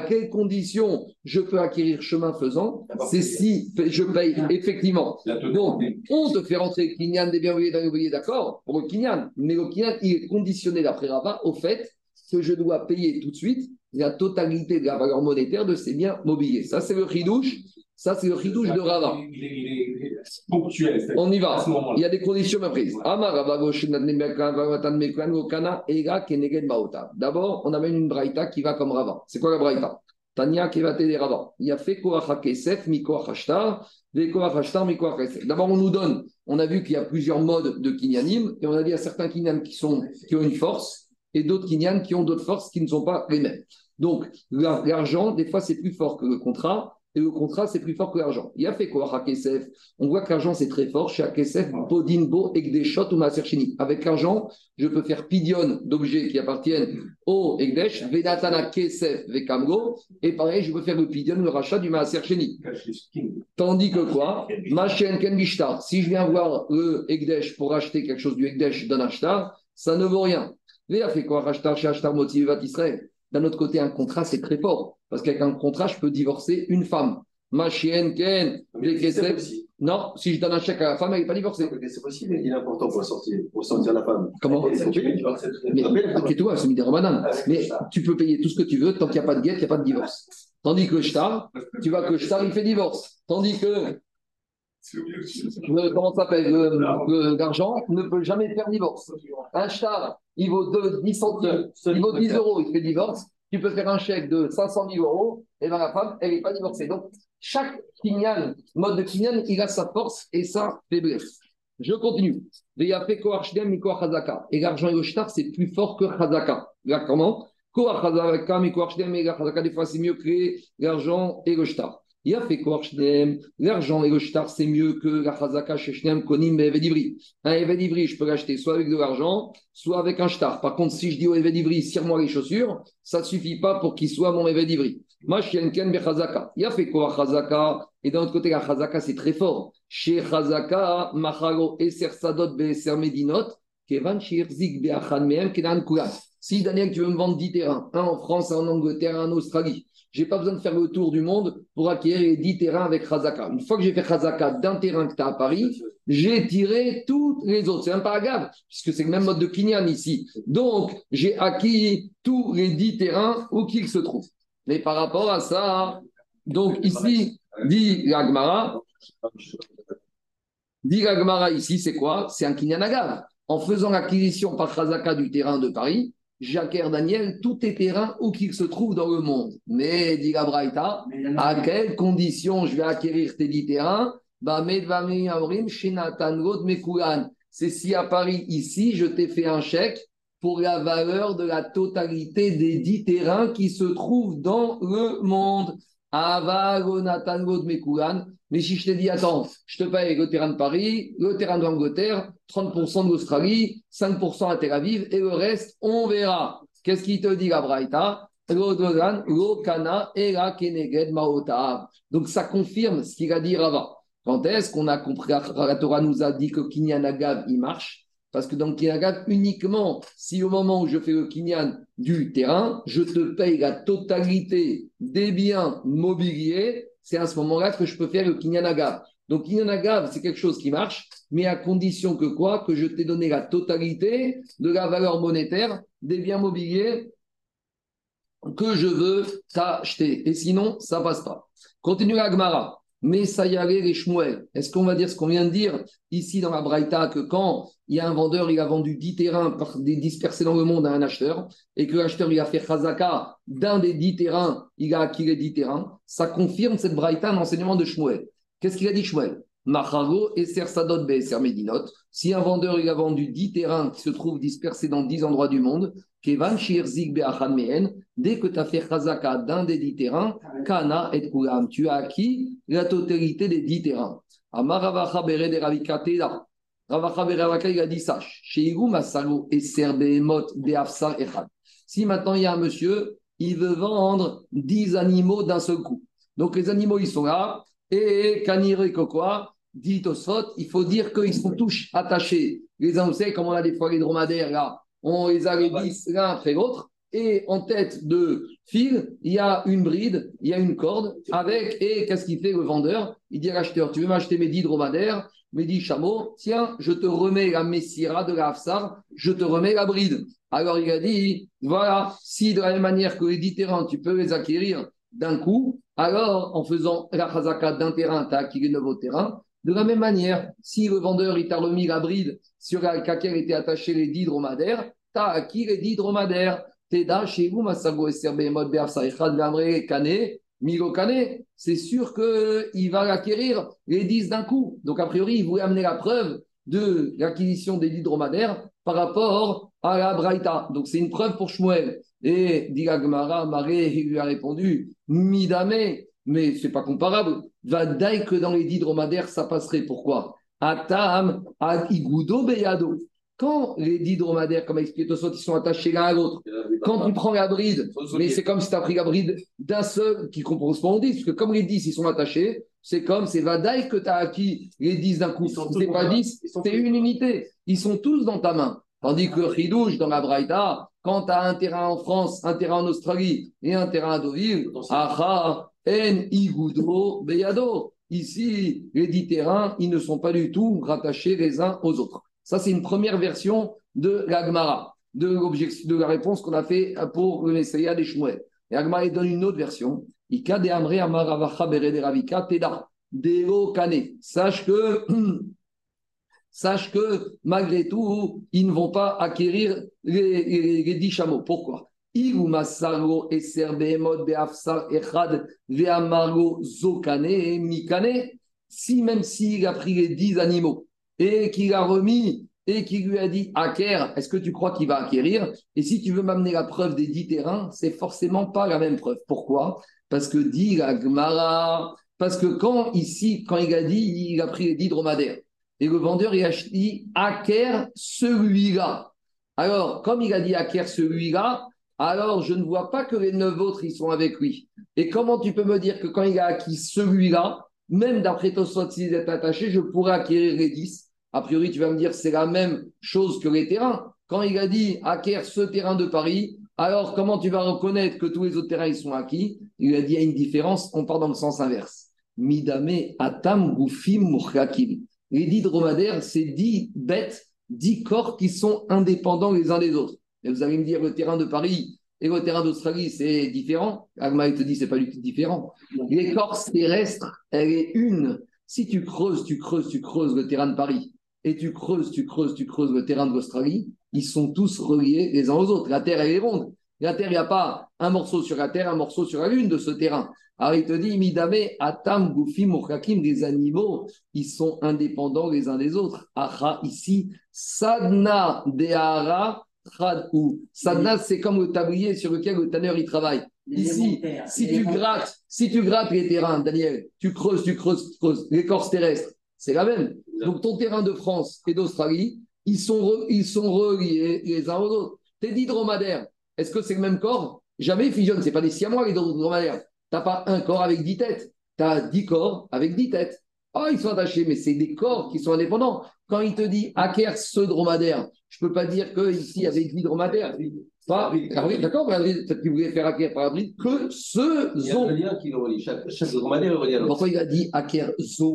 je peux acquérir chemin faisant? C'est si je paye effectivement. Donc, on te fait rentrer Kinyan des biens mobiliers dans l'immobilier, d'accord, pour le Kinyan. Mais le Kinyan, il est conditionné d'après Rava au fait que je dois payer tout de suite la totalité de la valeur monétaire de ces biens mobiliers. Ça, c'est le chidouche. Ça, c'est le chidouche de Rava. Ponctuel. On y va. Il y a des conditions prises. D'abord, on amène une braïta qui va comme Rava. C'est quoi la braïta? Tania qui va t'aider Rava. Il y a fait Koach Kesef, Mikoach Hashtar, Vekoach Hashtar, Mikoach Kesef. D'abord, on nous donne, on a vu qu'il y a plusieurs modes de kinyanim, et on a dit à certains kinyanim qui ont une force, et d'autres kinyanim qui ont d'autres forces qui ne sont pas les mêmes. Donc, l'argent, des fois, c'est plus fort que le contrat. Et le contrat, c'est plus fort que l'argent. Il a fait quoi à Kesef? On voit que l'argent, c'est très fort. Chez Kesef, Bodinbo, Ekdeshot ou Maaserchini. Avec l'argent, je peux faire pidion d'objets qui appartiennent au Ekdesh, Vedatana Kesef, Vekamgo. Et pareil, je peux faire le pidion, le rachat du Maaserchini. Tandis que quoi? Machen Ken Bishtar. Si je viens voir le Ekdesh pour acheter quelque chose du Ekdesh d'un acheteur, ça ne vaut rien. Il a fait quoi? Rachtar chez Ashtar Motivat Israël. D'un autre côté, un contrat, c'est très fort. Parce qu'avec un contrat, je peux divorcer une femme. Ma chienne, Ken, non, si je donne un chèque à la femme, elle n'est pas divorcée. C'est possible, il est important pour sortir la femme. Comment? Mais après tout, c'est mis des Ramadan. Mais tu peux payer tout ce que tu veux, tant qu'il n'y a pas de guette, il n'y a pas de divorce. Tandis que Shtar, tu vois que Shtar, il fait divorce. Tandis que comment ça s'appelle l'argent ne peut jamais faire divorce. Un Shtar, il vaut 10 euros, il fait divorce. Tu peux faire un chèque de 500 000 euros, et bien la femme, elle n'est pas divorcée. Donc, chaque mode de kinyan, il a sa force et sa faiblesse. Je continue. Et l'argent et le shtar, c'est plus fort que chazaka. Là, comment? Des fois, c'est mieux que l'argent et le shtar. Il a fait l'argent et le shtar, c'est mieux que la chazaka chez Shneem Konim et Evedivri. Un Evedivri, je peux l'acheter soit avec de l'argent, soit avec un shtar. Par contre, si je dis au Evedivri, cire-moi les chaussures, ça ne suffit pas pour qu'il soit mon Evedivri. Moi, je suis un Ken Bechazaka. Il a fait quoi chazaka? Et d'un autre côté, la chazaka, c'est très fort. Chez chazaka, Macharo et Sersadot Beser Medinot, Kevan Shirzik Beachan Mehem Kenan Kulan. Si Daniel, tu veux me vendre 10 terrains, un en France, un en Angleterre, un en Australie, je n'ai pas besoin de faire le tour du monde pour acquérir les 10 terrains avec Khazaka. Une fois que j'ai fait Khazaka d'un terrain que tu as à Paris, j'ai tiré toutes les autres. C'est même pas Agav, puisque c'est le même mode de Kinyan ici. Donc, j'ai acquis tous les 10 terrains où qu'ils se trouvent. Mais par rapport à ça, donc ici, dit l'Agmara, ici, c'est quoi? C'est un Kinyan Agav. En faisant l'acquisition par Khazaka du terrain de Paris, j'acquiers Daniel tous tes terrains où qu'ils se trouvent dans le monde. Mais, dit la Braïta, à quelles conditions je vais acquérir tes 10 terrains? C'est si à Paris, ici, je t'ai fait un chèque pour la valeur de la totalité des 10 terrains qui se trouvent dans le monde. Mais si je t'ai dit, attends, je te paye le terrain de Paris, le terrain d'Angleterre, 30% de l'Australie, 5% à Tel Aviv, et le reste, on verra. Qu'est-ce qu'il te dit, la Braïta? Donc ça confirme ce qu'il a dit Rava. Quand est-ce qu'on a compris, la Torah nous a dit que Kinyan Agav, il marche? Parce que dans le Kinyan Agav, uniquement si au moment où je fais le Kinyan du terrain, je te paye la totalité des biens mobiliers, c'est à ce moment-là que je peux faire le Kinyan Agav. Donc Kinyan Agav, c'est quelque chose qui marche, mais à condition que quoi? Que je t'ai donné la totalité de la valeur monétaire des biens mobiliers que je veux t'acheter. Et sinon, ça passe pas. Continue la Gemara. Mais ça y allait les Shmuel. Est-ce qu'on va dire ce qu'on vient de dire ici dans la Braïta, que quand il y a un vendeur, il a vendu 10 terrains dispersés dans le monde à un acheteur, et que l'acheteur, il a fait Khazaka d'un des 10 terrains, il a acquis les 10 terrains, ça confirme cette Braïta un enseignement de Shmuel. Qu'est-ce qu'il a dit Shmuel? Machago et Sersadot Be'eser Medinot. Si un vendeur, il a vendu 10 terrains qui se trouvent dispersés dans 10 endroits du monde, Kevan Shirzik Be'achad Mehen, dès que tu as fait Khazaka d'un des 10 terrains, Kana et Kulam, tu as acquis la totalité des 10 terrains. Amaravacha Bere de Ravikatela. Ravacha Bere Ravaka, il a dit sache. Chez Igou Masalo et Serbehemot Be'afsar Echad. Si maintenant il y a un monsieur, il veut vendre 10 animaux d'un seul coup. Donc les animaux, ils sont là. Et Kanire Kokoa, dit Tosfot, il faut dire qu'ils sont tous attachés. Les uns, vous savez, comme on a des fois les dromadaires là, on les a les 10 l'un après l'autre. Et en tête de fil, il y a une bride, il y a une corde avec, et qu'est-ce qu'il fait le vendeur? Il dit à l'acheteur, tu veux m'acheter mes 10 dromadaires, mes 10 chameaux, tiens, je te remets la messira de la Hafsar, je te remets la bride. Alors il a dit, voilà, si de la même manière que les 10 terrains, tu peux les acquérir d'un coup, alors en faisant la chazaka d'un terrain, tu as acquis les nouveaux terrains. De la même manière, si le vendeur il t'a remis la bride sur laquelle étaient attachés les 10 dromadaires, tu as acquis les 10 dromadaires. Teda chez vous, Masago SRB, Mod Beafsaïchad, Vamre, Kane, Milo Kane, c'est sûr qu'il va l'acquérir les 10 d'un coup. Donc, a priori, il voulait amener la preuve de l'acquisition des 10 dromadaires par rapport à la Braïta. Donc, c'est une preuve pour Shmuel. Et Diga Gmara, Maré, il lui a répondu Midame, mais c'est pas comparable. Va d'ailleurs que dans les 10 dromadaires, ça passerait. Pourquoi? Atam, Igudo, Beyado. Quand les 10 dromadaires, comme a expliqué Tosot, ils sont attachés l'un à l'autre, quand tu prends la bride, mais c'est comme si tu as pris la bride d'un seul qui correspond aux 10, parce que comme les 10, ils sont attachés, c'est Vadaï que tu as acquis les 10 d'un coup. C'est pas 10, c'est une unité. Ils sont tous dans ta main. Tandis que Khidouj, dans la Braïda, quand tu as un terrain en France, un terrain en Australie et un terrain à Deauville, Acha, En, Igudo, Beyado. Ici, les 10 terrains, ils ne sont pas du tout rattachés les uns aux autres. Ça, c'est une première version de la Gemara, de la réponse qu'on a fait pour le Messiah des Shmuel. Et la Gemara donne une autre version. Ika de Amre Amaravacha Berede Ravika Teda Deo Kane. Sache que malgré tout, ils ne vont pas acquérir les 10 chameaux. Pourquoi? Masaro et Serbehemot Beafsar Echad Veamargo Zokane Mikane. Si même s'il a pris les 10 animaux, et qu'il a remis et qu'il lui a dit acquiert, est-ce que tu crois qu'il va acquérir? Et si tu veux m'amener la preuve des 10 terrains, c'est forcément pas la même preuve. Pourquoi? Parce que dit la Gemara, parce que quand il a dit, il a pris les 10 dromadaires, et le vendeur il a dit acquiert celui-là. Alors, comme il a dit acquiert celui-là, alors je ne vois pas que les 9 autres ils sont avec lui. Et comment tu peux me dire que quand il a acquis celui-là, même d'après Tosfot, s'ils étaient attachés, je pourrais acquérir les 10. A priori, tu vas me dire c'est la même chose que les terrains. Quand il a dit acquérir ce terrain de Paris, alors comment tu vas reconnaître que tous les autres terrains ils sont acquis? Il a dit il y a une différence, on part dans le sens inverse. Midame atam gufim muchakim. Les 10 dromadaires, c'est 10 bêtes, 10 corps qui sont indépendants les uns des autres. Et vous allez me dire, le terrain de Paris et le terrain d'Australie, c'est différent. Agma, il te dit, c'est pas du tout différent. L'écorce terrestre, elle est une. Si tu creuses le terrain de Paris et tu creuses le terrain de l'Australie, ils sont tous reliés les uns aux autres. La Terre, elle est ronde. La Terre, il n'y a pas un morceau sur la Terre, un morceau sur la Lune de ce terrain. Alors il te dit, Midame, Atam, Goufim, Mochakim, les animaux, ils sont indépendants les uns des autres. Acha, ici, Sadna, Dehara, Trad-ou. Sadna, c'est comme le tablier sur lequel le tanneur il travaille. Ici, si tu grattes les terrains, Daniel, tu creuses, l'écorce terrestre, c'est la même. Donc ton terrain de France et d'Australie, ils sont reliés les uns aux autres. Tes 10 dromadaires, est-ce que c'est le même corps? Jamais ils fusionnent, ce n'est pas des siamois les dromadaires. Tu n'as pas un corps avec 10 têtes, tu as 10 corps avec 10 têtes. Oh, ils sont attachés, mais c'est des corps qui sont indépendants. Quand il te dit acquiert ce dromadaire, je ne peux pas dire qu'ici, il y avait 10 dromadaires. Pas, d'accord, peut-être qu'il voulait faire acquiert par abri que ce Il y a un lien qui le relie. Chaque dromadaire est relié à l'autre. Pourquoi il a dit acquiert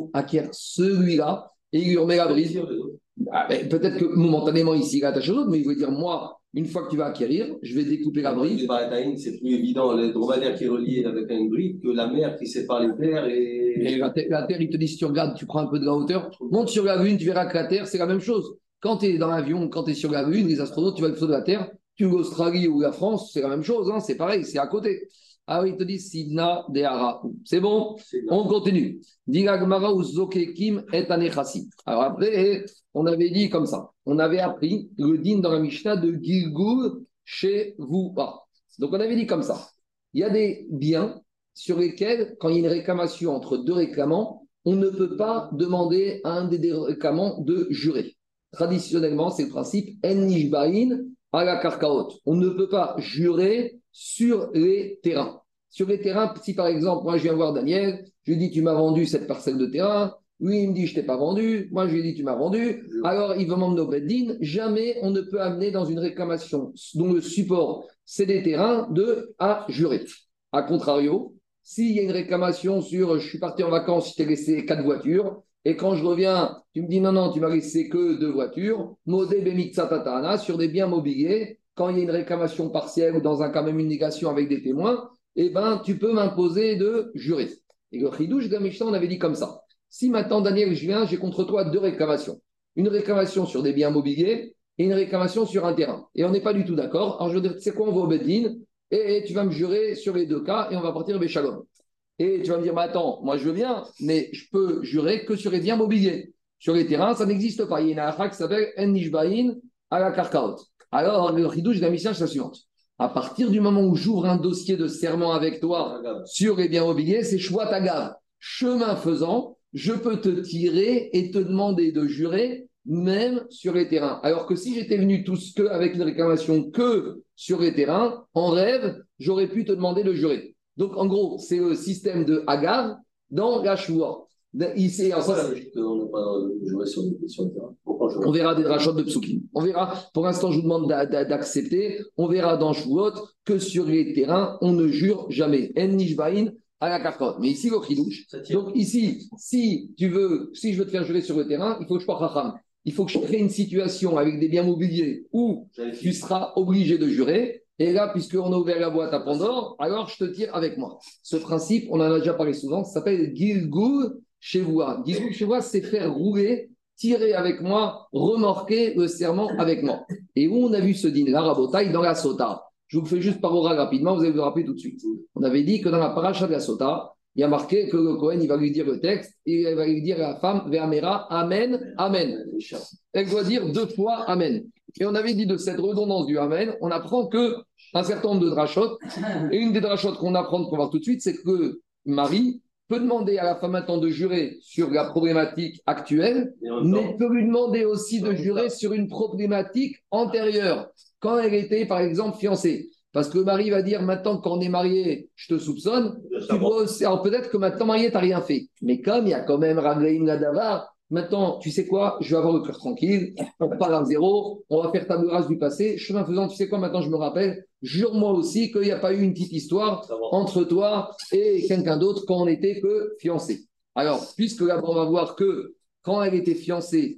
celui-là et il lui remet la bride? Peut-être que momentanément ici il est attaché aux autres, mais il veut dire moi, une fois que tu vas acquérir, je vais découper la bride. C'est plus évident le dromadaire qui est relié avec une bride que la mer qui sépare les terres. Et la terre, il te dit si tu regardes, tu prends un peu de la hauteur, monte sur la Lune, tu verras que la Terre, c'est la même chose. Quand tu es dans l'avion, quand tu es sur la Lune, les astronautes, tu vas le photo de la Terre, tu vas l'Australie ou la France, c'est la même chose, hein, c'est pareil, c'est à côté. Ah oui, il te dit Sidna Dehara. C'est bon, on continue. Diragmara ou Zokekim et Anechasi. Alors après, on avait dit comme ça. On avait appris le din dans la Mishnah de Gilgul chez vous. Donc on avait dit comme ça. Il y a des biens sur lesquels, quand il y a une réclamation entre deux réclamants, on ne peut pas demander à un des réclamants de jurer. Traditionnellement, c'est le principe En Nishbain à la Karkaot. On ne peut pas jurer sur les terrains. Sur les terrains, si par exemple, moi je viens voir Daniel, je lui dis tu m'as vendu cette parcelle de terrain, lui il me dit je t'ai pas vendu, moi je lui dis tu m'as vendu, alors il va m'emmener au Beddin, jamais on ne peut amener dans une réclamation dont le support c'est des terrains à jurer. A contrario, s'il y a une réclamation sur je suis parti en vacances, je t'ai laissé 4 voitures, et quand je reviens, tu me dis non, tu m'as laissé que 2 voitures, Modé Bemixatatana, sur des biens mobiliers, quand il y a une réclamation partielle ou dans un cas même une négation avec des témoins, eh ben, tu peux m'imposer de jurer. Et le chidouche de la Mishnah, on avait dit comme ça. Si maintenant, Daniel, je viens, j'ai contre toi 2 réclamations. Une réclamation sur des biens mobiliers et une réclamation sur un terrain. Et on n'est pas du tout d'accord. Alors je veux dire, c'est quoi, on va au Beddin et tu vas me jurer sur les 2 cas et on va partir au Shalom. Et tu vas me dire, attends, moi je veux bien, mais je peux jurer que sur les biens mobiliers. Sur les terrains, ça n'existe pas. Il y a une halakha qui s'appelle En Nishbain à la Karkaot. Alors, le chidouche de la Mishnah, c'est la suivante. À partir du moment où j'ouvre un dossier de serment avec toi sur les biens mobiliers, c'est Shvat Agav. Chemin faisant, je peux te tirer et te demander de jurer même sur les terrains. Alors que si j'étais venu avec une réclamation que sur les terrains, en rêve, j'aurais pu te demander de jurer. Donc en gros, c'est le système de Agav dans la Shua. Ici, on verra des drachot de psukim. On verra, pour l'instant, je vous demande d'accepter. On verra dans Shavuot que sur les terrains, on ne jure jamais. En nishbain à la karkot. Mais ici, le chidouche. Donc ici, si je veux te faire jurer sur le terrain, il faut que je sois racham. Il faut que je crée une situation avec des biens mobiliers où tu seras obligé de jurer. Et là, puisqu'on a ouvert la boîte à Pandore, alors je te tire avec moi. Ce principe, on en a déjà parlé souvent, ça s'appelle Gilgul Shevoua. Gilgul Shevoua, c'est faire rouler, tirer avec moi, remorquer le serment avec moi. Et où on a vu ce dîner, la rabotaille, dans la Sota. Je vous le fais juste par oral rapidement, vous allez vous rappeler tout de suite. On avait dit que dans la paracha de la Sota, il y a marqué que le Kohen, il va lui dire le texte, et il va lui dire à la femme, Ve'amera, Amen, Amen. Elle doit dire 2 fois Amen. Et on avait dit de cette redondance du Amen, on apprend que un certain nombre de drachot, et une des drachot qu'on apprend, qu'on va voir tout de suite, c'est que Marie peut demander à la femme maintenant de jurer sur la problématique actuelle, mais peut lui demander aussi de jurer sur une problématique antérieure, quand elle était par exemple fiancée. Parce que Marie va dire maintenant quand on est marié, je te soupçonne, tu dois aussi... Alors peut-être que maintenant marié, tu n'as rien fait. Mais comme il y a quand même Raglaïm Ladavar, maintenant, tu sais quoi, je vais avoir le cœur tranquille, on repart à zéro, on va faire table rase du passé. Chemin faisant, tu sais quoi, maintenant je me rappelle, jure-moi aussi qu'il n'y a pas eu une petite histoire entre toi et quelqu'un d'autre quand on n'était que fiancés. Alors, puisque là, on va voir que quand elle était fiancée,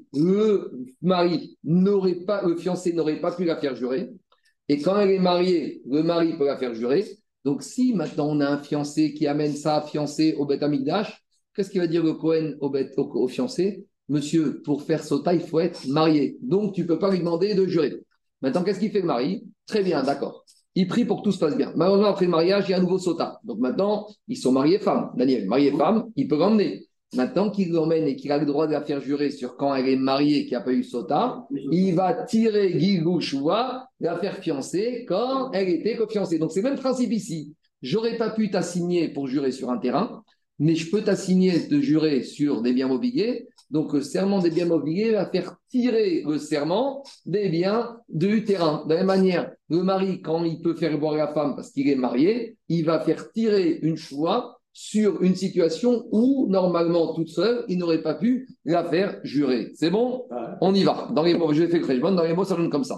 le fiancé n'aurait pas pu la faire jurer. Et quand elle est mariée, le mari peut la faire jurer. Donc, si maintenant on a un fiancé qui amène sa fiancée au Beth Amikdash, qu'est-ce qu'il va dire le Cohen au fiancé? Monsieur, pour faire sota, il faut être marié. Donc, tu ne peux pas lui demander de jurer. Maintenant, qu'est-ce qu'il fait le mari? Très bien, d'accord. Il prie pour que tout se passe bien. Malheureusement, après le mariage, il y a un nouveau sota. Donc maintenant, ils sont mariés femmes. Daniel, marié femme, il peut l'emmener. Maintenant qu'il l'emmène et qu'il a le droit de la faire jurer sur quand elle est mariée et qu'il n'y a pas eu sota, il va tirer Gilgul Shua, la faire fiancer quand elle était co-fiancée. Donc c'est le même principe ici. J'aurais pas pu t'assigner pour jurer sur un terrain, mais je peux t'assigner de jurer sur des biens mobiliers. Donc, le serment des biens mobiliers va faire tirer le serment des biens du terrain. De la même manière, le mari, quand il peut faire boire la femme parce qu'il est marié, il va faire tirer une choix sur une situation où, normalement, toute seule, il n'aurait pas pu la faire jurer. C'est bon? On y va. Dans les mots, je vais faire le dans les mots, ça donne comme ça.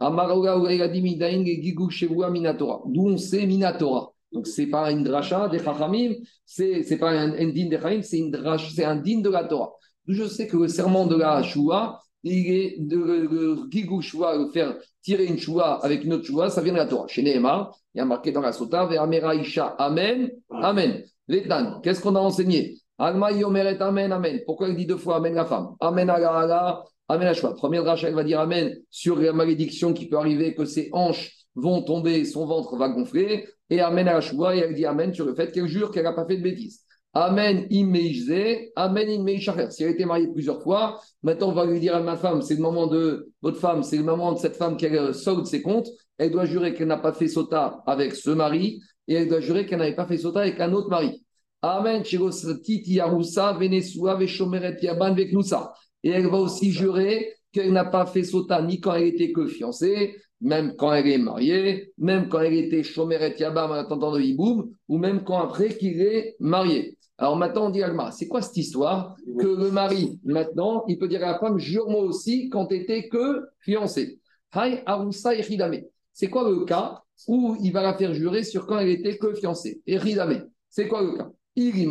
D'où on sait Minatora. Donc, ce n'est pas une dracha des Chachamim, c'est pas un din des Chachamim, c'est un din de la Torah. Je sais que le serment de la Shua, il est de le Gigou Shua, le faire tirer une Shua avec une autre Shua, ça vient de la Torah. Chez Nehemar, il y a marqué dans la Sota, Ve'amera Isha, Amen, Amen. L'étan, qu'est-ce qu'on a enseigné? Alma Yomeret, Amen, Amen. Pourquoi il dit deux fois Amen la femme? Amen ala, Amen la Shua. Première dracha, elle va dire Amen sur la malédiction qui peut arriver, que ses hanches vont tomber, son ventre va gonfler. Et Amen à la Shua, et elle dit Amen sur le fait qu'elle jure qu'elle n'a pas fait de bêtises. Amen immeizé, Amen immeishacher. Si elle a été mariée plusieurs fois, maintenant on va lui dire à ma femme, c'est le moment de votre femme, c'est le moment de cette femme qu'elle solde ses comptes. Elle doit jurer qu'elle n'a pas fait sota avec ce mari et elle doit jurer qu'elle n'avait pas fait sota avec un autre mari. Amen titi yarusa venesua veshomeret yaban veknusa. Et elle va aussi jurer qu'elle n'a pas fait sota ni quand elle était que fiancée, même quand elle est mariée, même quand elle était chomeret yabam en attendant le hiboum, ou même quand après qu'il est marié. Alors maintenant, on dit Alma, c'est quoi cette histoire que le mari, maintenant, il peut dire à la femme, jure-moi aussi quand tu étais que fiancée. Hay arusa echidame. C'est quoi le cas où il va la faire jurer sur quand elle était que fiancée? Echidame. C'est quoi le cas?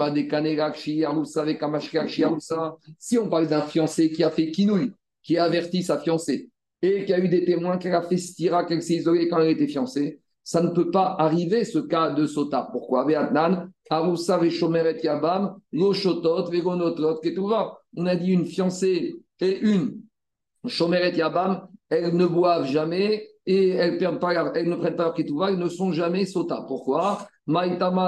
Si on parle d'un fiancé qui a fait kinouille, qui a averti sa fiancée, et qu'il y a eu des témoins qu'elle a fait stira, qu'elle s'est isolée quand elle était fiancée, ça ne peut pas arriver ce cas de sota. Pourquoi? On a dit une fiancée et une shomeret yabam, elles ne boivent jamais et elles ne prennent pas leur ketouva, elles ne sont jamais sota. Pourquoi? Pour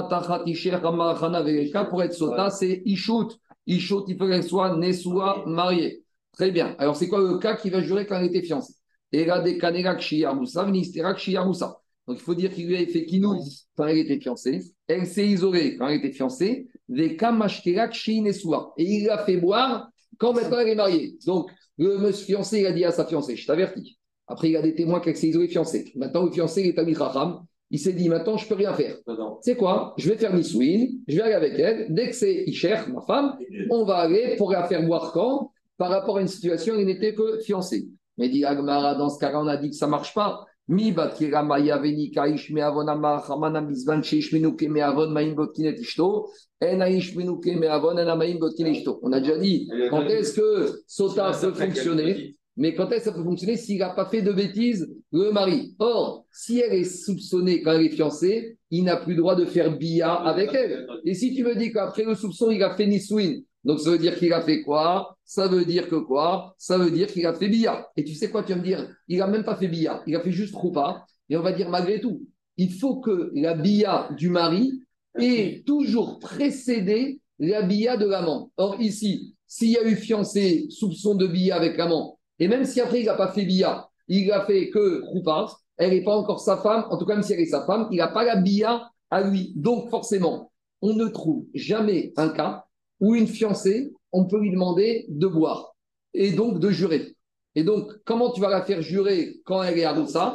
être sota, c'est ishut. Ishut, il faut qu'elle soit nesua, mariée. Très bien. Alors, c'est quoi le cas qui va jurer quand elle était fiancée? Et là, des kanerak shiyamusa, ministérak shiyamusa. Donc, il faut dire qu'il lui a fait kinouille quand elle était fiancée. Elle s'est isolée quand elle était fiancée. Des kamashkerak shinesua. Et il l'a fait boire quand maintenant elle est mariée. Donc, le monsieur fiancé, il a dit à sa fiancée, je t'avertis. Après, il a des témoins qu'elle s'est isolée fiancée. Maintenant, le fiancé, il est ami Raham. Il s'est dit, maintenant, je ne peux rien faire. C'est quoi? Je vais faire Nisouine, je vais aller avec elle. Dès que c'est Isher, ma femme, on va aller pour la faire boire quand? Par rapport à une situation où il n'était que fiancé. Mais dit Agmara, dans ce cas-là, on a dit que ça ne marche pas. Mi batkira maya venika ishme avon amar hamana mizvan sheishmenuke me avon maim botkinet ishto en aishmenuke me avon en amaim botkinet ishto. On a déjà dit quand est-ce que Sota peut fonctionner, mais quand est-ce que ça peut fonctionner s'il n'a pas fait de bêtises le mari. Or, si elle est soupçonnée quand elle est fiancée, il n'a plus le droit de faire bia avec elle. Et si tu me dis qu'après le soupçon, il a fait nisouin, donc ça veut dire qu'il a fait quoi? Ça veut dire que quoi? Ça veut dire qu'il a fait bia. Et tu sais quoi, tu vas me dire, il n'a même pas fait bia, il a fait juste roupa. Et on va dire malgré tout, il faut que la bia du mari ait toujours précédé la bia de l'amant. Or ici, s'il y a eu fiancé, soupçon de bia avec l'amant, et même si après il n'a pas fait bia, il a fait que roupa, elle n'est pas encore sa femme, en tout cas même si elle est sa femme, il n'a pas la bia à lui. Donc forcément, on ne trouve jamais un cas où une fiancée, on peut lui demander de boire et donc de jurer. Et donc, comment tu vas la faire jurer quand elle est à ça?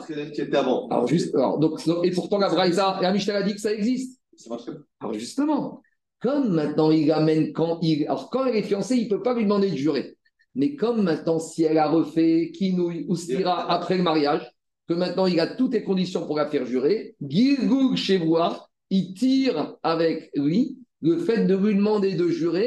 Et pourtant, la Braïsa, la Mishnah a dit que ça existe. Alors justement, comme maintenant il amène alors quand elle est fiancée, il ne peut pas lui demander de jurer. Mais comme maintenant, si elle a refait kinouille ou stira après le mariage, que maintenant il a toutes les conditions pour la faire jurer, Gilgul Shevoua, il tire avec lui le fait de lui demander de jurer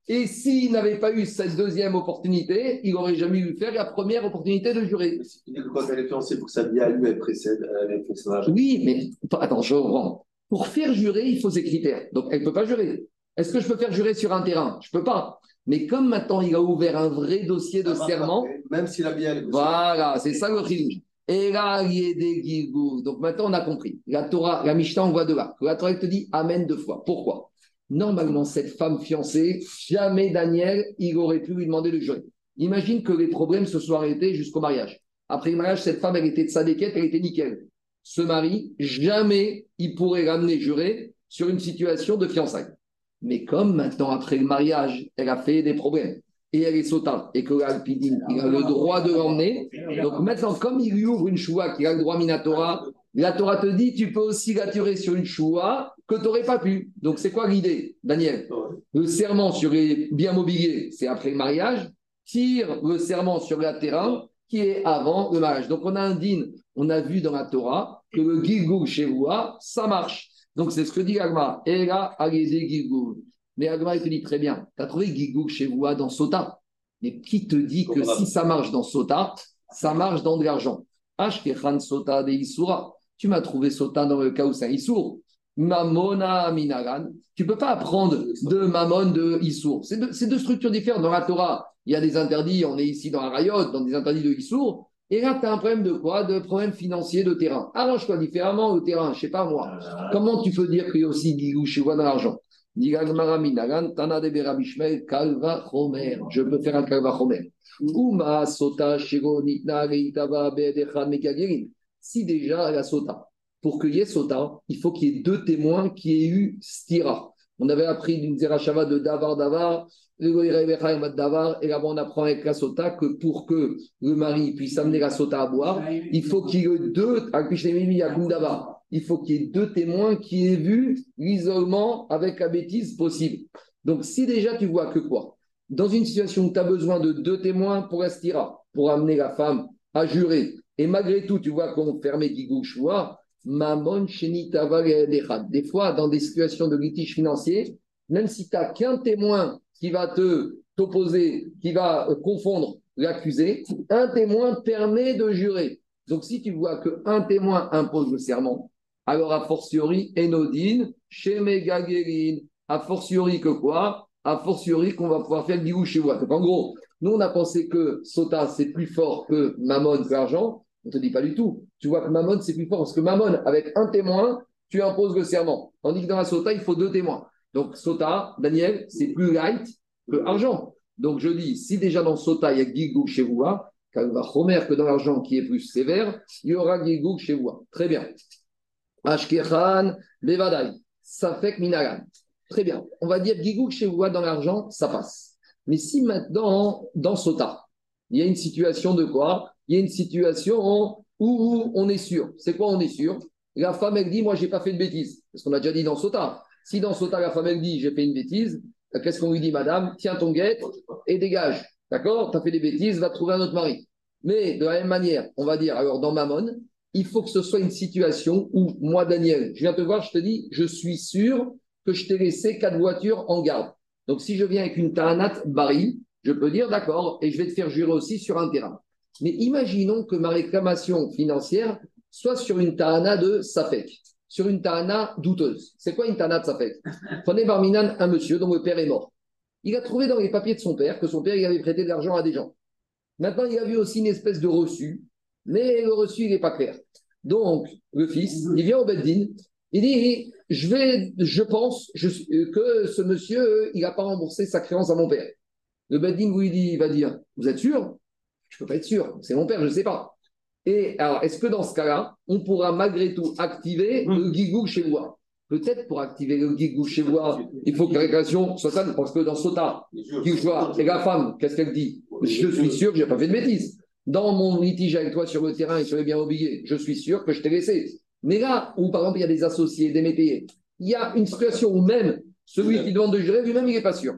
Et s'il n'avait pas eu cette deuxième opportunité, il n'aurait jamais eu faire la première opportunité de jurer. Mais si tu dis que quand elle est fiancée, pour que sa vie à lui, elle précède, elle fait son âge. Oui, mais attends, je reprends. Pour faire jurer, il faut ces critères. Donc, elle ne peut pas jurer. Est-ce que je peux faire jurer sur un terrain? Je ne peux pas. Mais comme maintenant, il a ouvert un vrai dossier de serment, Même si la vie, elle est voilà, c'est ça le chidouche. Et là, il y a des guigous. Donc maintenant, on a compris. La Torah, la Mishnah, on voit de là. La Torah elle te dit Amen 2 fois. Pourquoi? Normalement, cette femme fiancée, jamais Daniel, il aurait pu lui demander de jurer. Imagine que les problèmes se soient arrêtés jusqu'au mariage. Après le mariage, cette femme, elle était de sadéquette, elle était nickel. Ce mari, jamais il pourrait l'amener jurer sur une situation de fiançailles. Mais comme maintenant, après le mariage, elle a fait des problèmes et elle est sota et que l'Alpidine, il a le droit de l'emmener. Donc maintenant, comme il lui ouvre une choua qui a le droit minatora, la Torah te dit tu peux aussi la tuer sur une choua que tu n'aurais pas pu. Donc c'est quoi l'idée, Daniel? Le serment sur les biens mobiliers, c'est après le mariage. Tire le serment sur le terrain qui est avant le mariage. Donc on a un din, on a vu dans la Torah que le gilgul chez Voua, ça marche. Donc c'est ce que dit Agma. Et là, allez-y, gilgul. Mais Agma, il te dit très bien, tu as trouvé gilgul chez Voua dans Sota. Mais qui te dit que si ça marche dans Sota, ça marche dans de l'argent? Ashkechan Sota de Isura. Tu m'as trouvé Sota dans le cas où c'est un Issour. Mamona Minaran. Tu ne peux pas apprendre de Mamon de Issour. C'est deux structures différentes. Dans la Torah, il y a des interdits. On est ici dans la Rayot, dans des interdits de Issour. Et là, tu as un problème de quoi? De problème financier de terrain. Arrange-toi différemment au terrain. Je ne sais pas moi. Comment tu peux dire qu'il y a aussi Gigou chez moi dans l'argent? Je peux faire un kalva chomer. Si déjà la sota, pour qu'il y ait sota, il faut qu'il y ait deux témoins qui aient eu stira. On avait appris d'une zerachava de davar, et là-bas on apprend avec la sota que pour que le mari puisse amener la sota à boire, il faut qu'il y ait il faut qu'il y ait deux témoins qui aient vu l'isolement avec la bêtise possible. Donc si déjà tu vois que quoi? Dans une situation où tu as besoin de deux témoins pour la stira, pour amener la femme à jurer, et malgré tout, tu vois qu'on fermait Gigou Shua, Mamon Sheni des fois, dans des situations de litige financier, même si tu n'as qu'un témoin qui va t'opposer, qui va confondre l'accusé, un témoin permet de jurer. Donc, si tu vois qu'un témoin impose le serment, alors a fortiori, Enodine, chez Megaguerine, a fortiori que quoi? A fortiori qu'on va pouvoir faire le Gigou chez moi. Donc, en gros, nous, on a pensé que Sota, c'est plus fort que Mammon, que l'argent. On ne te dit pas du tout. Tu vois que Mammon, c'est plus fort. Parce que Mammon, avec un témoin, tu imposes le serment. Tandis que dans la Sota, il faut deux témoins. Donc, Sota, Daniel, c'est plus light que argent. Donc, je dis, si déjà dans Sota, il y a Gigou chez vous, va Homer que dans l'argent qui est plus sévère, il y aura Gigou chez vous. Très bien. Ashkechan, Bevadai, Safek Minagan. Très bien. On va dire Gigou chez vous dans l'argent, ça passe. Mais si maintenant, dans Sota, il y a une situation de quoi? Il y a une situation où on est sûr. C'est quoi on est sûr? La femme, elle dit, moi, je n'ai pas fait de bêtises. Parce qu'on a déjà dit dans Sota. Si dans Sota, la femme, elle dit, j'ai fait une bêtise, qu'est-ce qu'on lui dit, madame? Tiens ton guette et dégage. D'accord? Tu as fait des bêtises, va trouver un autre mari. Mais de la même manière, on va dire, alors dans Mammon, il faut que ce soit une situation où, moi, Daniel, je viens te voir, je te dis, je suis sûr que je t'ai laissé 4 voitures en garde. Donc, si je viens avec une Tahanat Bari, je peux dire d'accord, et je vais te faire jurer aussi sur un terrain. Mais imaginons que ma réclamation financière soit sur une Tahana de Safek, sur une Tahana douteuse. C'est quoi une Tahana de Safek? Prenez Barminan, un monsieur dont le père est mort. Il a trouvé dans les papiers de son père que son père il avait prêté de l'argent à des gens. Maintenant, il a vu aussi une espèce de reçu, mais le reçu, il n'est pas clair. Donc, le fils, il vient au Beddin, il dit, je pense que ce monsieur, il n'a pas remboursé sa créance à mon père. Le Beddin, il va dire, vous êtes sûr? Je ne peux pas être sûr, c'est mon père, je ne sais pas. Et alors, est-ce que dans ce cas-là, on pourra malgré tout activer le Gigou chez moi? Peut-être pour activer le Gigou chez moi, il faut que la réclamation soit ça, parce que dans Sota, et la femme, qu'est-ce qu'elle dit? Je suis sûr que je n'ai pas fait de bêtises. Dans mon litige avec toi sur le terrain et sur les biens mobiliers, je suis sûr que je t'ai laissé. Mais là, où par exemple, il y a des associés, des métayers, il y a une situation où même celui qui demande de jurer, lui-même, il n'est pas sûr.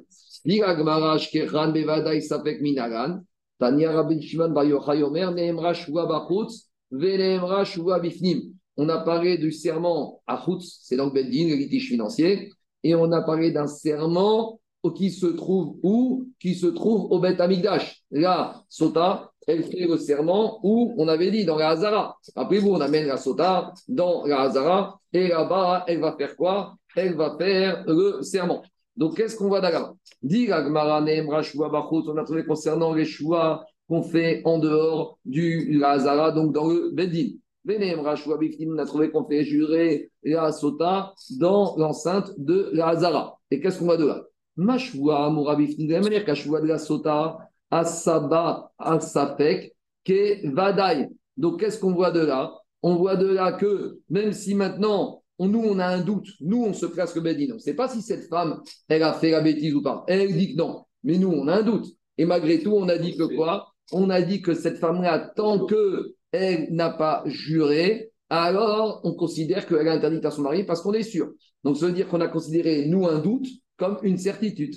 Tania Rabbi Shimon Bar Yochai Omer, Nehemra Shua Bachutz, Venehemra Shua Bifnim. On a parlé du serment à Chutz, c'est donc Beddin, le litige financier, et on a parlé d'un serment qui se trouve où? Qui se trouve au Beth Amikdash. La Sota, elle fait le serment où on avait dit dans la Hazara. Rappelez-vous, on amène la Sota dans la Hazara et là-bas, elle va faire quoi? Elle va faire le serment. Donc, qu'est-ce qu'on voit là-bas? Dit la Gemara, Neemra Shua Bachut, on a trouvé concernant les Shua qu'on fait en dehors du Hazara, donc dans le Bedin. Neemra Shua Biftim, on a trouvé qu'on fait jurer la Sota dans l'enceinte de la Hazara. Et qu'est-ce qu'on voit de là? Mashua Amura Biftim, de la même manière qu'Ashua de la Sota, Asaba Asapek, Ke Vadaï. Donc, qu'est-ce qu'on voit de là? On voit de là que même si maintenant, nous, on a un doute, nous, on se place le Bedin, on ne sait pas si cette femme, elle a fait la bêtise ou pas. Elle dit que non, mais nous, on a un doute. Et malgré tout, on a dit que quoi? On a dit que cette femme-là, tant qu'elle n'a pas juré, alors on considère qu'elle est interdite à son mari parce qu'on est sûr. Donc, ça veut dire qu'on a considéré, nous, un doute comme une certitude.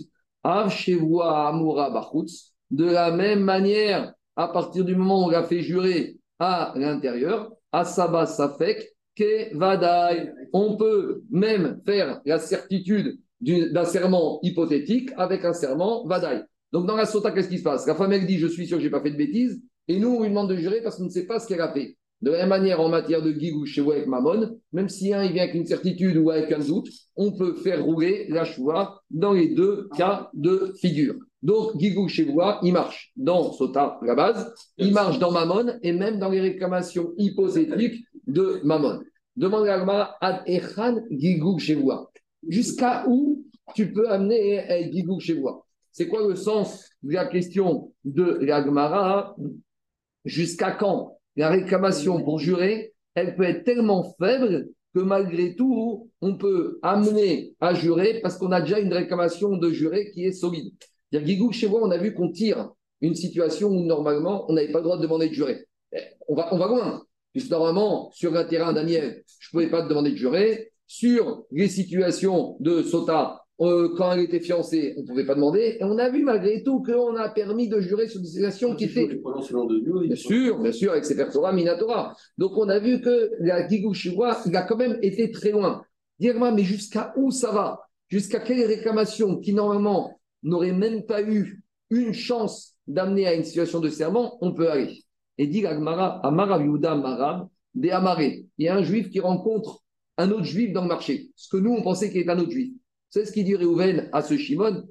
De la même manière, à partir du moment où on l'a fait jurer à l'intérieur, Asaba Safek, Ke Vadaï. On peut même faire la certitude d'un serment hypothétique avec un serment Vadaï. Donc dans la Sota, qu'est-ce qui se passe? La femme, elle dit, je suis sûr que je n'ai pas fait de bêtises, et nous, on lui demande de jurer parce qu'on ne sait pas ce qu'elle a fait. De la même manière, en matière de Gigou chez vous avec Mammon, même si un il vient avec une certitude ou avec un doute, on peut faire rouler la choua dans les deux cas de figure. Donc, Gigou chez vous, il marche dans Sota, la base, il marche dans Mammon et même dans les réclamations hypothétiques de Mammon. Demande à Gmara, Ad Echan Gigou chez vous. Jusqu'à où tu peux amener Gigou chez vous? C'est quoi le sens de la question de la Gemara? Jusqu'à quand la réclamation pour jurer, elle peut être tellement faible que malgré tout, on peut amener à jurer parce qu'on a déjà une réclamation de jurer qui est solide. Guigou, chez moi, on a vu qu'on tire une situation où normalement, on n'avait pas le droit de demander de jurer. On va loin. Puisque normalement, sur un terrain d'Aniel, je ne pouvais pas te demander de jurer. Sur les situations de Sota, quand elle était fiancée, on ne pouvait pas demander. Et on a vu malgré tout qu'on a permis de jurer sur des situations qui étaient. Bien sûr, avec Sefer Torah, Minatora. Donc on a vu que la Gigou Shiva, il a quand même été très loin. Dis-moi, mais jusqu'à où ça va? Jusqu'à quelle réclamation qui normalement n'aurait même pas eu une chance d'amener à une situation de serment, on peut aller. Et dit Agmara, Amara Viuda Marab, de Amaré. Il y a un juif qui rencontre un autre juif dans le marché. Ce que nous, on pensait qu'il était un autre juif. C'est ce qu'il dit Réhouven à ce Shimon.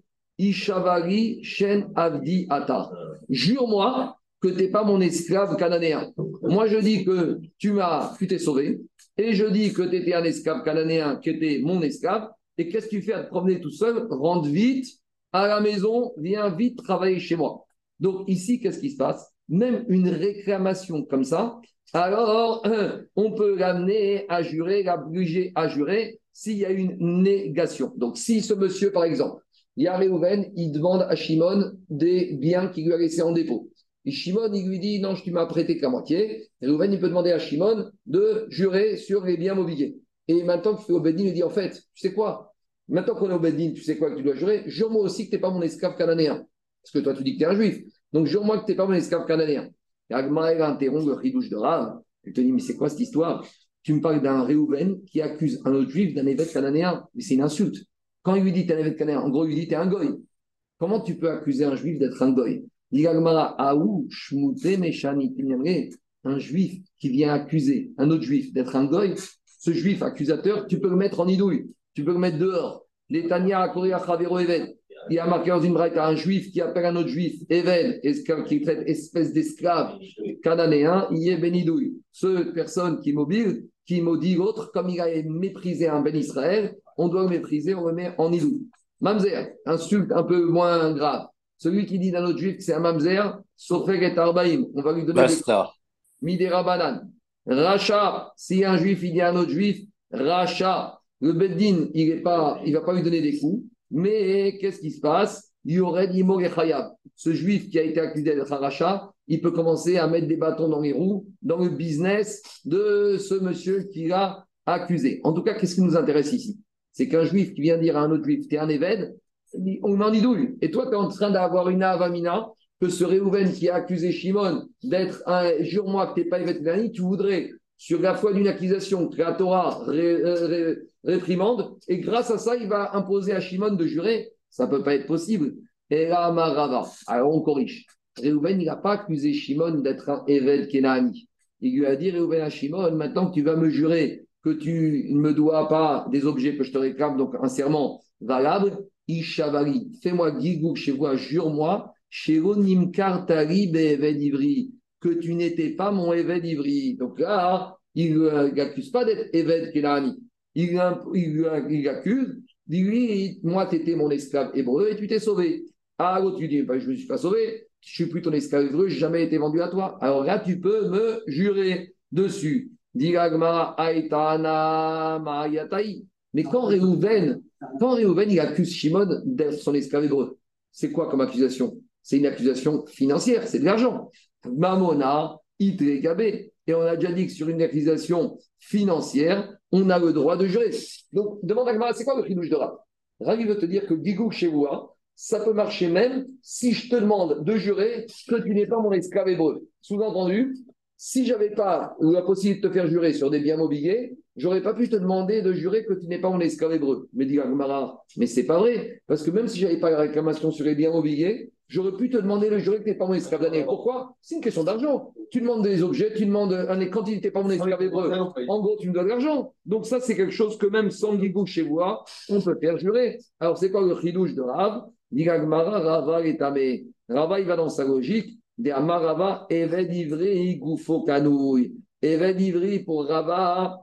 Ishavari Shen Avdi Atar. Jure-moi que tu n'es pas mon esclave cananéen. Moi, je dis que tu t'es sauvé. Et je dis que tu étais un esclave cananéen qui était mon esclave. Et qu'est-ce que tu fais à te promener tout seul? Rentre vite à la maison, viens vite travailler chez moi. Donc ici, qu'est-ce qui se passe? Même une réclamation comme ça, alors on peut l'amener à jurer, l'obliger à jurer s'il y a une négation. Donc si ce monsieur, par exemple, il y a Réhouven, il demande à Shimon des biens qu'il lui a laissés en dépôt. Et Shimon, il lui dit, non, tu m'as prêté que la moitié. Réhouven, il peut demander à Shimon de jurer sur les biens mobiliers. Et maintenant qu'il fait au Bedin, il dit, en fait, tu sais quoi? Maintenant qu'on est au Bedin, tu sais quoi que tu dois jurer? Jure-moi aussi que tu n'es pas mon esclave cananéen. Parce que toi, tu dis que tu es un juif. Donc, jure-moi que tu n'es pas mon esclave cananéen. Et Agmara, elle interrompt le ridouche de Rav. Elle te dit, mais c'est quoi cette histoire? Tu me parles d'un Réhouven qui accuse un autre juif d'un évêque cananéen. Mais c'est une insulte. Quand il lui dit que tu es un évêque cananéen, en gros, il lui dit tu es un goy. Comment tu peux accuser un juif d'être un goy? Dit Agmara, Aou, Shmute, Meshani, un juif qui vient accuser un autre juif d'être un goy, ce juif accusateur, tu peux le mettre en idouille. Tu peux le mettre dehors. L'Etania, Korea, Chavero, Even. Il y a marqué dans une braille un juif qui appelle un autre juif, Even, qui traite espèce d'esclave cananéen, il est bénidouille. Cette personne qui mobile, qui maudit l'autre, comme il a méprisé un ben Israël, on doit le mépriser, on le met en idouille. Mamzer, insulte un peu moins grave. Celui qui dit d'un autre juif que c'est un mamzer, Sofeg et Arbaïm, on va lui donner Basta. Midera Banan. Racha, si un juif il dit à un autre juif, Racha, le Beddin, il ne va pas lui donner des coups, mais qu'est-ce qui se passe? Il y aurait ce juif qui a été accusé d'être un rachat, il peut commencer à mettre des bâtons dans les roues, dans le business de ce monsieur qui l'a accusé. En tout cas, qu'est-ce qui nous intéresse ici? C'est qu'un juif qui vient dire à un autre juif, t'es un évêque, on en idouille. Et toi, tu es en train d'avoir une avamina que ce Réhouven qui a accusé Shimon d'être un jure-moi que tu n'es pas évêque, tu voudrais, sur la foi d'une accusation que la Torah réprimande, et grâce à ça, il va imposer à Shimon de jurer. Ça ne peut pas être possible. Et là, Amarava. Alors on corrige. Réhouven, il n'a pas accusé Shimon d'être un Eved Kenani. Il lui a dit, Réhouven à Shimon, maintenant que tu vas me jurer que tu ne me dois pas des objets que je te réclame, donc un serment valable, Ishavari, fais-moi Gigou chez vous, jure-moi, Shero Nimkar Tari Eved Ivri, que tu n'étais pas mon Eved Ivri. Donc là, il n'accuse pas d'être Eved Kenani. Il accuse, dis-lui, moi, tu étais mon esclave hébreu et tu t'es sauvé. Ah, l'autre, tu dis, je ne me suis pas sauvé, je suis plus ton esclave hébreu, je n'ai jamais été vendu à toi. Alors là, tu peux me jurer dessus. Diragma Aitana Mariatai. Mais quand Réhouven, il accuse Shimon d'être son esclave hébreu, c'est quoi comme accusation? C'est une accusation financière, c'est de l'argent. Mamona, Itrekabé. Et on a déjà dit que sur une accusation financière, on a le droit de jurer. Donc, demande à Gmara, c'est quoi le chidouche de Rav? Rav, il veut te dire que Gigou chez vous, ça peut marcher même si je te demande de jurer que tu n'es pas mon esclave hébreu. Sous-entendu, si je n'avais pas la possibilité de te faire jurer sur des biens mobiliers, j'aurais pas pu te demander de jurer que tu n'es pas mon esclave hébreu. Mais dit Agmara, mais c'est pas vrai, parce que même si je n'avais pas la réclamation sur les biens mobiliers, j'aurais pu te demander de jurer que tu n'es pas mon esclave d'année. Pourquoi? C'est une question d'argent. Tu demandes des objets, tu demandes quand tu n'es pas mon esclave hébreu, en gros, tu me dois de l'argent. Donc ça, c'est quelque chose que même sans Gigou chez vous, on peut faire jurer. Alors c'est quoi le chidouche de Rav? Dit Agmara, Rava est tamé. Rava, il va dans sa logique. De Amarava, Eved Ivri, Goufo Kanouille. Eved Ivri pour Rava,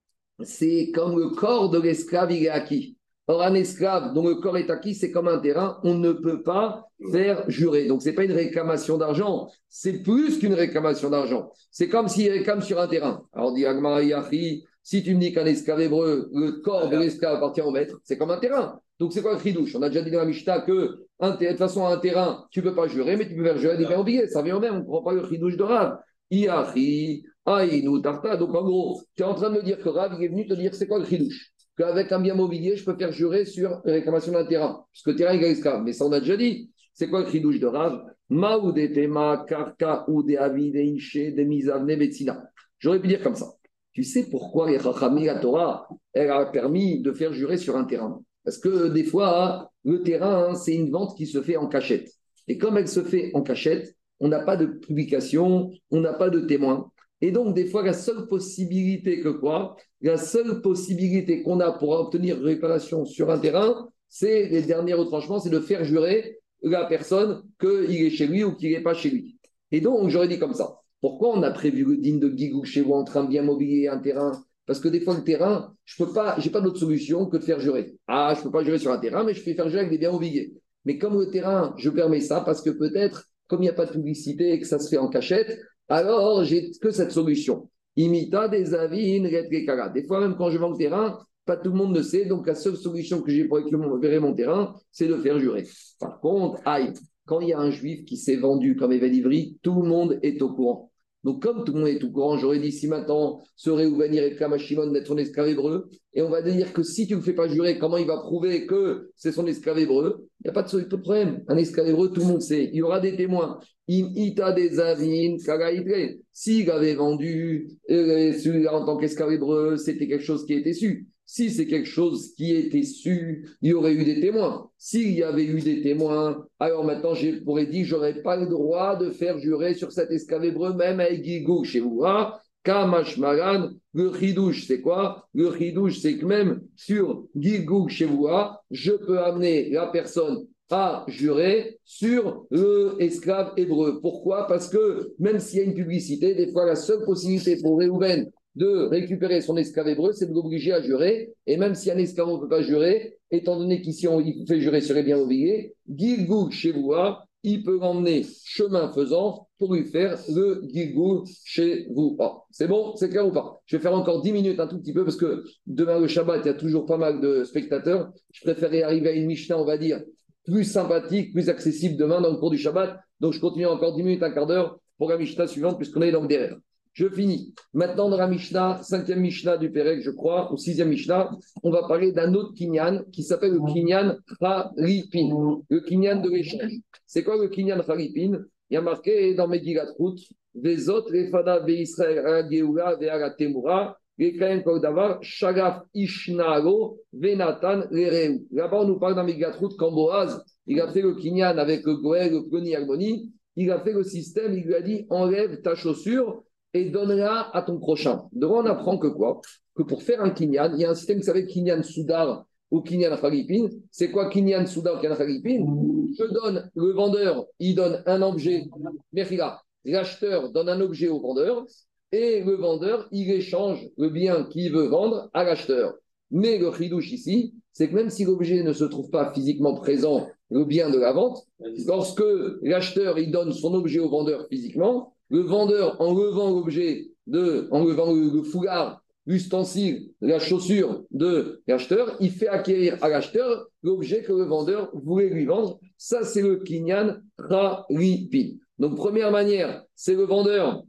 c'est comme le corps de l'esclave, il est acquis. Or, un esclave dont le corps est acquis, c'est comme un terrain, on ne peut pas faire jurer. Donc, ce n'est pas une réclamation d'argent, c'est plus qu'une réclamation d'argent. C'est comme s'il réclame sur un terrain. Alors, dit Agmara Yachi, si tu me dis qu'un esclave hébreu, le corps de l'esclave appartient au maître, c'est comme un terrain. Donc, c'est quoi le chidouche? On a déjà dit dans la Mishnah que, de toute façon, un terrain, tu ne peux pas jurer, mais tu peux faire jurer des biens oubliés. Ça vient au même, on ne comprend pas le chidouche de Rav. Iachi, Aïnou, Tarta. Donc, en gros, tu es en train de me dire que Rav, il est venu te dire c'est quoi le chidouche? Qu'avec un bien mobilier, je peux faire jurer sur la réclamation d'un terrain. Puisque le terrain est esclave. Mais ça, on a déjà dit. C'est quoi le chidouche de Rav? Maoudetema, Karka, Oudeavi, Deiche, Demizavne, Betsina. J'aurais pu dire comme ça. Tu sais pourquoi les Chachamim, la Torah, elle a permis de faire jurer sur un terrain? Parce que des fois, le terrain, c'est une vente qui se fait en cachette. Et comme elle se fait en cachette, on n'a pas de publication, on n'a pas de témoin. Et donc, des fois, la seule possibilité que quoi? La seule possibilité qu'on a pour obtenir réparation sur un terrain, c'est les derniers retranchements, c'est de faire jurer la personne qu'il est chez lui ou qu'il n'est pas chez lui. Et donc, j'aurais dit comme ça. Pourquoi on a prévu le digne de Gigou chez vous entre un bien mobilier et un terrain? Parce que des fois, le terrain, je n'ai pas d'autre solution que de faire jurer. Ah, je ne peux pas jurer sur un terrain, mais je fais faire jurer avec des biens mobiliers. Mais comme le terrain, je permets ça parce que peut-être, comme il n'y a pas de publicité et que ça se fait en cachette, alors j'ai que cette solution. Imita des avis, des fois, même quand je vends le terrain, pas tout le monde ne sait. Donc, la seule solution que j'ai pour récupérer mon terrain, c'est de faire jurer. Par contre, quand il y a un juif qui s'est vendu comme Eved Ivri, tout le monde est au courant. Donc, comme tout le monde est au courant, j'aurais dit si maintenant ce Réhouven réclame à Shimon d'être son esclave hébreu, et on va dire que si tu ne le fais pas jurer, comment il va prouver que c'est son esclave hébreu? Il n'y a pas de problème. Un esclave hébreu, tout le monde sait. Il y aura des témoins. Ita des avin, s'il avait vendu celui-là en tant qu'esclave hébreu, c'était quelque chose qui était su. Si c'est quelque chose qui était su, il y aurait eu des témoins. S'il y avait eu des témoins, alors maintenant, je pourrais dire, je n'aurais pas le droit de faire jurer sur cet esclave hébreu, même avec Gigou chez vous. Kamash Maran, le chidouche, c'est quoi? Le chidouche, c'est que même sur Gigou chez vous, je peux amener la personne à jurer sur l'esclave hébreu. Pourquoi? Parce que même s'il y a une publicité, des fois, la seule possibilité pour Réhouven de récupérer son esclave hébreu, c'est de l'obliger à jurer. Et même si un esclave ne peut pas jurer, étant donné qu'ici on fait jurer sur les biens mobiliers, Gilgoul chez vous, il peut l'emmener chemin faisant pour lui faire le Gilgoul chez vous. C'est bon? C'est clair ou pas? Je vais faire encore 10 minutes un tout petit peu parce que demain le Shabbat, il y a toujours pas mal de spectateurs. Je préférais arriver à une Mishnah, on va dire, plus sympathique, plus accessible demain dans le cours du Shabbat. Donc je continue encore 10 minutes, un quart d'heure pour la Mishnah suivante puisqu'on est dans le derrière. Je finis. Maintenant, dans la Mishnah, 5e Mishnah du Pérec, je crois, ou 6e Mishnah, on va parler d'un autre Kinyan qui s'appelle le Kinyan Haripin, le Kinyan de l'échange. C'est quoi le Kinyan Haripin? Il y a marqué dans Megillat Ruth, Vezot, Lefana, Veisrael, Geoula, Veala Temura, Gekaen Kordavar, Shagaf Ishnaro, Venatan Lereu. Là-bas, on nous parle d'un Megatrout quand Boaz, il a fait le Kinyan avec le Goël, le Ploni Harmonie, il a fait le système, il lui a dit enlève ta chaussure et donne-la à ton prochain. Donc, on apprend que quoi? Que pour faire un Kinyan, il y a un système qui s'appelle Kinyan Soudar ou Kinyan Khalipin. C'est quoi Kinyan Soudar ou Kinyan Khalipin? Je donne, le vendeur, il donne un objet, Merhila, l'acheteur donne un objet au vendeur et le vendeur, il échange le bien qu'il veut vendre à l'acheteur. Mais le chidouche ici, c'est que même si l'objet ne se trouve pas physiquement présent, le bien de la vente, lorsque l'acheteur il donne son objet au vendeur physiquement, le vendeur, en levant l'objet, en levant le foulard, l'ustensile, la chaussure de l'acheteur, il fait acquérir à l'acheteur l'objet que le vendeur voulait lui vendre. Ça, c'est le kinyan khalipin. Donc, première manière, c'est le vendeur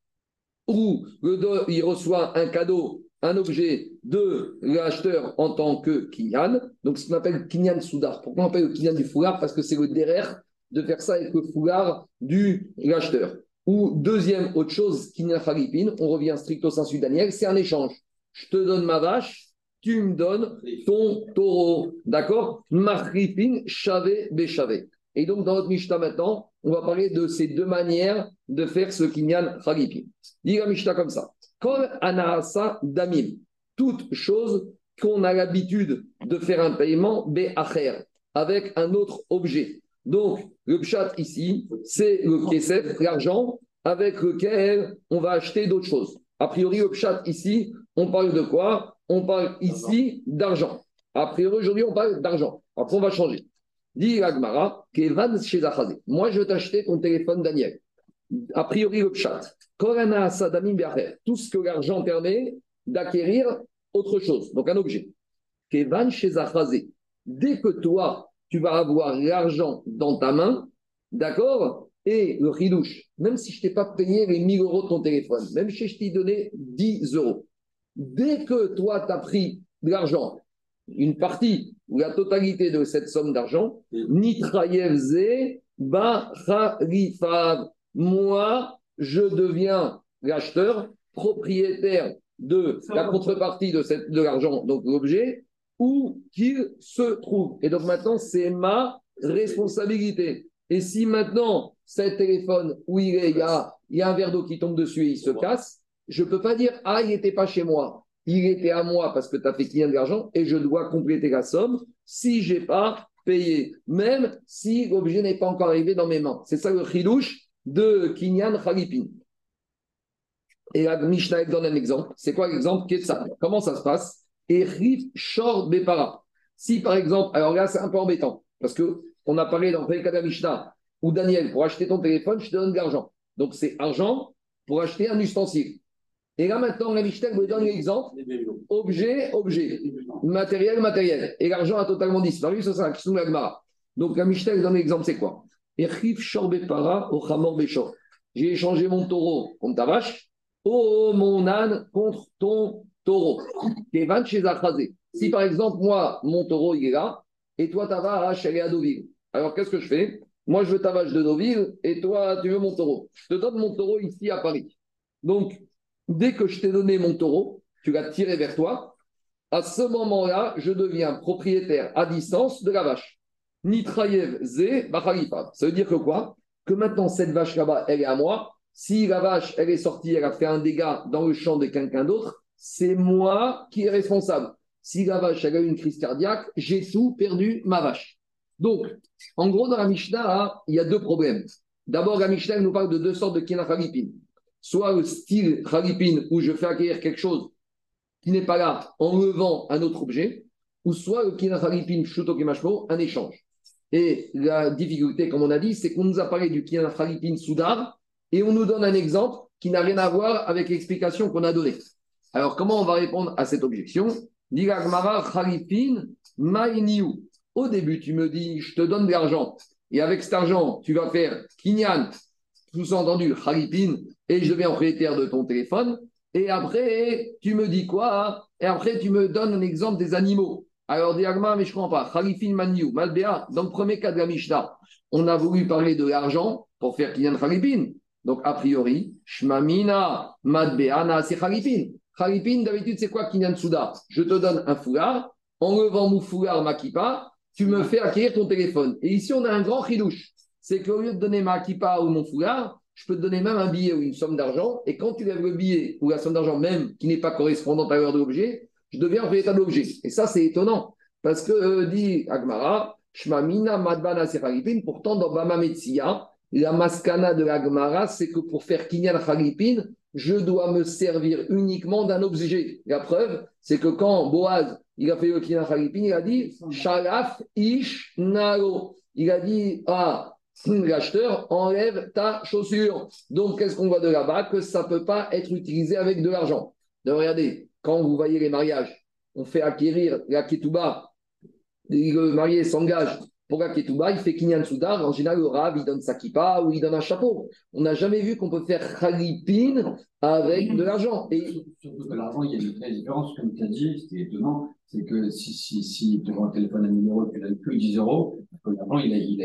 où il reçoit un cadeau, un objet de l'acheteur en tant que kinyan. Donc, ce qu'on appelle kinyan soudar. Pourquoi on appelle le kinyan du foulard? Parce que c'est le derrière de faire ça avec le foulard de l'acheteur. Ou deuxième autre chose, kinyan khalipin, on revient stricto sensu Daniel, c'est un échange. Je te donne ma vache, tu me donnes ton taureau. D'accord? Marripin, chavé, béchavé. Et donc, dans notre Mishnah maintenant, on va parler de ces deux manières de faire ce kinyan khalipin. Dit la Mishnah comme ça. Kol anahasa damim. Toute chose qu'on a l'habitude de faire un paiement be'acher, avec un autre objet. Donc, le pshat ici, c'est le kesef, l'argent, avec lequel on va acheter d'autres choses. A priori, le pshat ici, on parle de quoi? On parle ici d'argent. A priori, aujourd'hui, on parle d'argent. Après, on va changer. Dit l'Agmara, Kevan chez Zachazé. Moi, je vais t'acheter ton téléphone, Daniel. A priori, le pshat. Korana Sadamim Be'acher. Tout ce que l'argent permet d'acquérir autre chose, donc un objet. Kevan chez Zachazé. Dès que toi, tu vas avoir l'argent dans ta main, d'accord? Et le chidouche, même si je ne t'ai pas payé les 1000 euros de ton téléphone, même si je t'ai donné 10 euros, dès que toi, tu as pris de l'argent, une partie ou la totalité de cette somme d'argent, Nitrayevze Bacharifav. Moi, je deviens l'acheteur, propriétaire de la contrepartie de l'argent, donc l'objet, où qu'il se trouve. Et donc maintenant, c'est ma responsabilité. Et si maintenant, cet téléphone, où il y a un verre d'eau qui tombe dessus et il se casse, je ne peux pas dire, ah, il n'était pas chez moi. Il était à moi parce que tu as fait client de l'argent et je dois compléter la somme si je n'ai pas payé, même si l'objet n'est pas encore arrivé dans mes mains. C'est ça le chidouche de Kinyan Khalipin. Et la Mishnah donne un exemple. C'est quoi l'exemple? Comment ça se passe? Et Rif Shor Bepara. Si par exemple, alors là c'est un peu embêtant, parce qu'on a parlé dans le cas de la Mishnah, où Daniel, pour acheter ton téléphone, je te donne de l'argent. Donc c'est argent pour acheter un ustensile. Et là maintenant, la Mishnah me donne l'exemple objet, matériel, matériel. Et l'argent a totalement disparu, ça c'est la question de la Gemara. Donc la Mishnah donne l'exemple, c'est quoi? Et Rif Shor Bepara au Chamor Beshor. J'ai échangé mon taureau contre ta vache, mon âne contre ton taureau. Si par exemple, moi, mon taureau, il est là, et toi, ta vache, elle est à Deauville. Alors, qu'est-ce que je fais? Moi, je veux ta vache de Deauville, et toi, tu veux mon taureau. Je te donne mon taureau ici à Paris. Donc, dès que je t'ai donné mon taureau, tu l'as tiré vers toi, à ce moment-là, je deviens propriétaire à distance de la vache. Nitrayev Ze Bachalifa. Ça veut dire que quoi? Que maintenant, cette vache là-bas, elle est à moi. Si la vache, elle est sortie, elle a fait un dégât dans le champ de quelqu'un d'autre, c'est moi qui est responsable. Si la vache, elle a eu une crise cardiaque, j'ai tout perdu, ma vache. Donc, en gros, dans la Mishnah, il y a deux problèmes. D'abord, la Mishnah nous parle de deux sortes de kinyan khalipin. Soit le style khalipin où je fais acquérir quelque chose qui n'est pas là en levant un autre objet, ou soit le kinyan khalipin shuto kemashmo, un échange. Et la difficulté, comme on a dit, c'est qu'on nous a parlé du kinyan khalipin soudar, et on nous donne un exemple qui n'a rien à voir avec l'explication qu'on a donnée. Alors, comment on va répondre à cette objection? Au début, tu me dis, je te donne de l'argent, et avec cet argent, tu vas faire kinyan, sous-entendu, khalipin, et je deviens propriétaire de ton téléphone. Et après, tu me dis quoi? Et après, tu me donnes un exemple des animaux. Alors, diagma, mais je ne comprends pas. Khalifin maniou, malbéa, dans le premier cas de la Mishnah, on a voulu parler de l'argent pour faire kinyan khalipin. Donc, a priori, shmamina, madbeana, c'est khalipin. Khalipin, d'habitude, c'est quoi Kinyan Souda? Je te donne un foulard, en levant mon foulard, ma kippa, tu me fais acquérir ton téléphone. Et ici, on a un grand chidouche. C'est qu'au lieu de donner ma kippa ou mon foulard, je peux te donner même un billet ou une somme d'argent. Et quand tu lèves le billet ou la somme d'argent, même qui n'est pas correspondante à l'heure de l'objet, je deviens propriétaire de l'objet. Et ça, c'est étonnant. Parce que, dit Agmara, Shmamina Madbana Khalipin, pourtant, dans Bama Metsia, la maskana de l'Agmara, c'est que pour faire Kinyan Khalipin, je dois me servir uniquement d'un objet. La preuve, c'est que quand Boaz, il a fait le Kinyan Khalipin, il a dit Shalaf Ish Naro. Il a dit l'acheteur, enlève ta chaussure. Donc, qu'est-ce qu'on voit de là-bas? Que ça ne peut pas être utilisé avec de l'argent. Donc, regardez, quand vous voyez les mariages, on fait acquérir la ketouba, le marié s'engage pour la ketouba, il fait kinyan soudar, en général, le rab, il donne sa kippa ou il donne un chapeau. On n'a jamais vu qu'on peut faire khalipin avec de l'argent. Et... Surtout que l'argent, il y a une vraie différence, comme tu as dit, c'était étonnant, c'est que si tu vends un téléphone à 1 000 €, tu n'as plus 10 €, l'argent,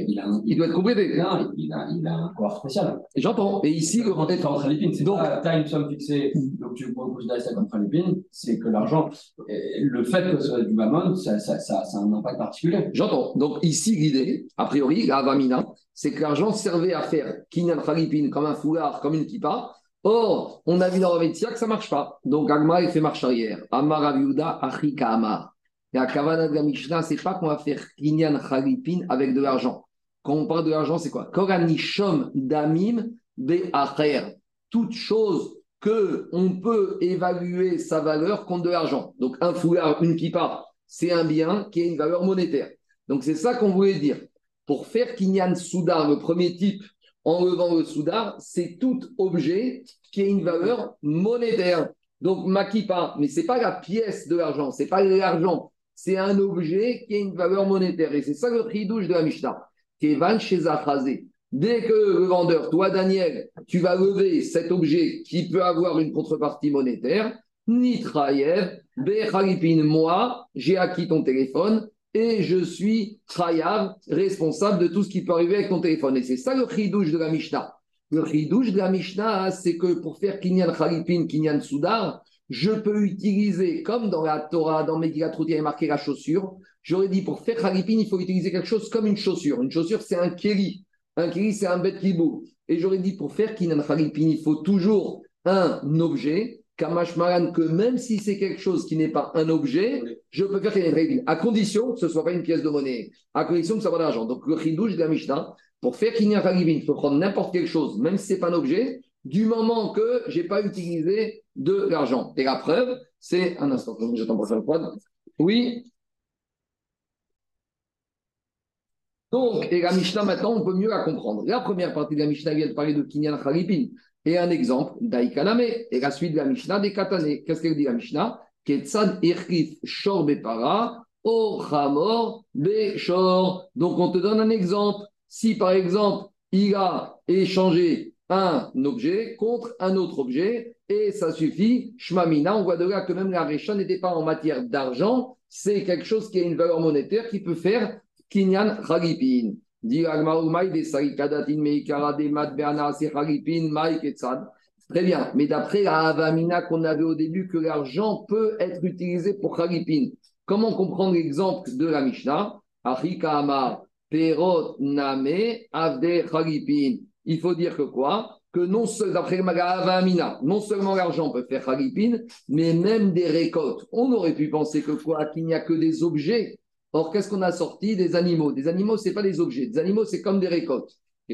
il doit être complété. Il a un pouvoir spécial. Et j'entends. Et ici, le c'est en Khalipin, c'est donc tu as une somme fixée, donc tu peux considérer ça comme Khalipin, c'est que l'argent, le fait que ce soit du mammon, ça a un impact particulier. J'entends. Donc ici, l'idée, a priori, la Avamina, c'est que l'argent servait à faire Kinyan Khalipin comme un foulard, comme une kippa. Or, on a vu dans la Métia que ça ne marche pas. Donc, Agma, il fait marche arrière. Amar Aviuda, Achika Amar. La Kavana de la Mishnah, ce n'est pas qu'on va faire Kinyan Khalipin avec de l'argent. Quand on parle de l'argent, c'est quoi? Koranishom Damim Be'acher. Toute chose qu'on peut évaluer sa valeur contre de l'argent. Donc, un foulard, une kippa, c'est un bien qui a une valeur monétaire. Donc, c'est ça qu'on voulait dire. Pour faire Kinyan Soudar, le premier type, en levant le soudar, c'est tout objet qui a une valeur monétaire. Donc, ma kippa, mais ce n'est pas la pièce de l'argent, ce n'est pas l'argent, c'est un objet qui a une valeur monétaire. Et c'est ça le chidouche de la Mishnah. Kevan chez Achazé. Dès que le vendeur, toi Daniel, tu vas lever cet objet qui peut avoir une contrepartie monétaire, Nitrayev, Bechalipin, moi, j'ai acquis ton téléphone, et je suis Chayav, responsable de tout ce qui peut arriver avec ton téléphone. Et c'est ça le chidouche de la Mishnah. Le chidouche de la Mishnah, c'est que pour faire Kinyan Khalipin, Kinyan Soudar, je peux utiliser, comme dans la Torah, dans Megillat Ruth, il y a marqué la chaussure. J'aurais dit, pour faire Khalipin, il faut utiliser quelque chose comme une chaussure. Une chaussure, c'est un kéli. Un kéli, c'est un bet kibou. Et j'aurais dit, pour faire Kinyan Khalipin, il faut toujours un objet. Kamash Maran, que même si c'est quelque chose qui n'est pas un objet, je peux faire Kinyan Khalipin, à condition que ce ne soit pas une pièce de monnaie, à condition que ce soit pas d'argent. Donc, le chidouche de la Mishnah, pour faire Kinyan Khalipin, il faut prendre n'importe quelque chose, même si ce n'est pas un objet, du moment que je n'ai pas utilisé de l'argent. Et la preuve, c'est un instant, j'attends pour faire le quad. Oui. Donc, et la Mishnah, maintenant, on peut mieux la comprendre. La première partie de la Mishnah vient de parler de Kinyan Khalipin. Et un exemple, Daïkaname, et la suite de la Mishnah, des Katane. Qu'est-ce qu'elle dit la Mishnah? Ketzad Irkif Shor Bepara, O Chamor Beshor. Donc, on te donne un exemple. Si, par exemple, il a échangé un objet contre un autre objet, et ça suffit, Shmamina, on voit de là que même la Récha n'était pas en matière d'argent, c'est quelque chose qui a une valeur monétaire qui peut faire Kinyan Khalipin. Très bien, mais d'après la Havamina qu'on avait au début, que l'argent peut être utilisé pour Khalipin. Comment comprendre l'exemple de la Mishnah? Achika Amar, Perot Name, Avde Khalipin. Il faut dire que quoi? Que non seulement, d'après la Havamina, non seulement l'argent peut faire Khalipin, mais même des récoltes. On aurait pu penser que quoi? Qu'il n'y a que des objets. Or, qu'est-ce qu'on a sorti? Des animaux. Des animaux, ce n'est pas des objets. Des animaux, c'est comme des récoltes.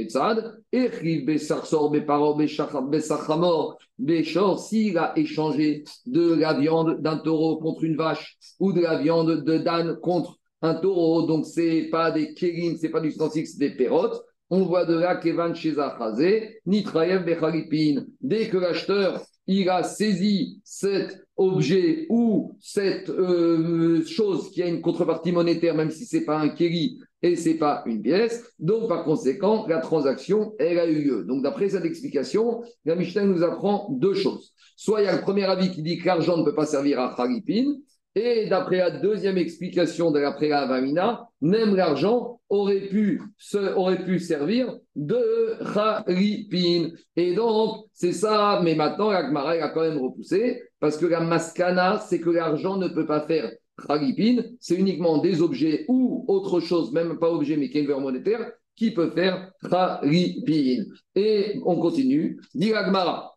S'il a échangé de la viande d'un taureau contre une vache ou de la viande de d'âne contre un taureau, donc ce n'est pas des kérim, ce n'est pas du ustensile, c'est des pérotes, on voit de là qu'Evan Shezachazé, Nitrayev Bechalipin. Dès que l'acheteur il a saisi cet objet ou cette chose qui a une contrepartie monétaire, même si ce n'est pas un kéli et ce n'est pas une pièce, donc par conséquent, la transaction, elle a eu lieu. Donc d'après cette explication, la Mishnah nous apprend deux choses. Soit il y a le premier avis qui dit que l'argent ne peut pas servir à Khalipin, Et d'après la deuxième explication de l'après la Avamina, même l'argent aurait pu servir de Kharipin. Et donc, c'est ça, mais maintenant, la Gemara, elle a quand même repoussé, parce que la maskana, c'est que l'argent ne peut pas faire Kharipin, c'est uniquement des objets ou autre chose, même pas objet, mais qui est une valeur monétaire, qui peut faire Kharipin. Et on continue, dit la Gemara,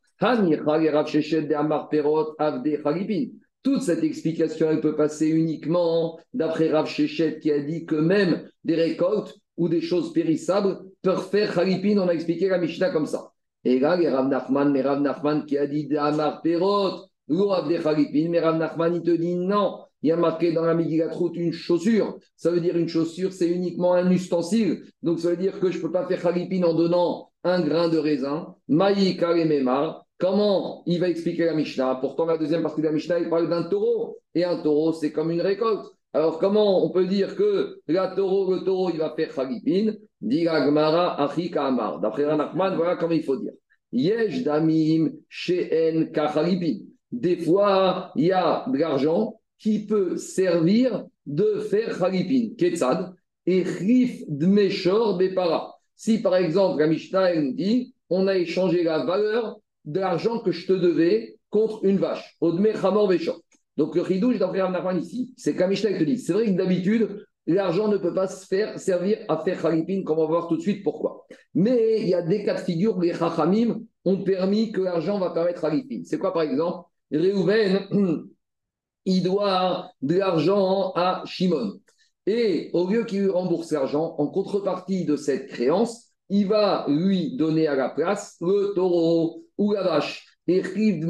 toute cette explication, elle peut passer uniquement d'après Rav Shechet qui a dit que même des récoltes ou des choses périssables peuvent faire Khalipin. On a expliqué la Mishnah comme ça. Et là, les Rav Nachman qui a dit d'Amar Perot, l'eau des Khalipin, mais Rav Nachman il te dit non. Il y a marqué dans la Megillat Ruth une chaussure. Ça veut dire une chaussure, c'est uniquement un ustensile. Donc ça veut dire que je ne peux pas faire Khalipin en donnant un grain de raisin. Maï Kalememar. Comment il va expliquer la Mishnah? Pourtant, la deuxième partie de la Mishnah, il parle d'un taureau. Et un taureau, c'est comme une récolte. Alors, comment on peut dire que le taureau, il va faire Khalipin? Dit la Gemara, Achi Kamar. D'après Ranachman, voilà comment il faut dire. Yesh damim she'en kachalipin. Des fois, il y a de l'argent qui peut servir de faire Khalipin. Ketzad. Et Rif dmeshor bepara. Si, par exemple, la Mishnah, elle nous dit, on a échangé la valeur de l'argent que je te devais contre une vache. Odme Chamor Béchor. Donc le chidouche d'après Rav Nachman ici, c'est que la Mishnah te dit, c'est vrai que d'habitude, l'argent ne peut pas se faire servir à faire Khalipin, comme on va voir tout de suite pourquoi. Mais il y a des cas de figure où les Chachamim ont permis que l'argent va permettre Khalipin. C'est quoi par exemple? Réhouven, il doit de l'argent à Shimon. Et au lieu qu'il lui rembourse l'argent, en contrepartie de cette créance, il va lui donner à la place le taureau ou la vache. Et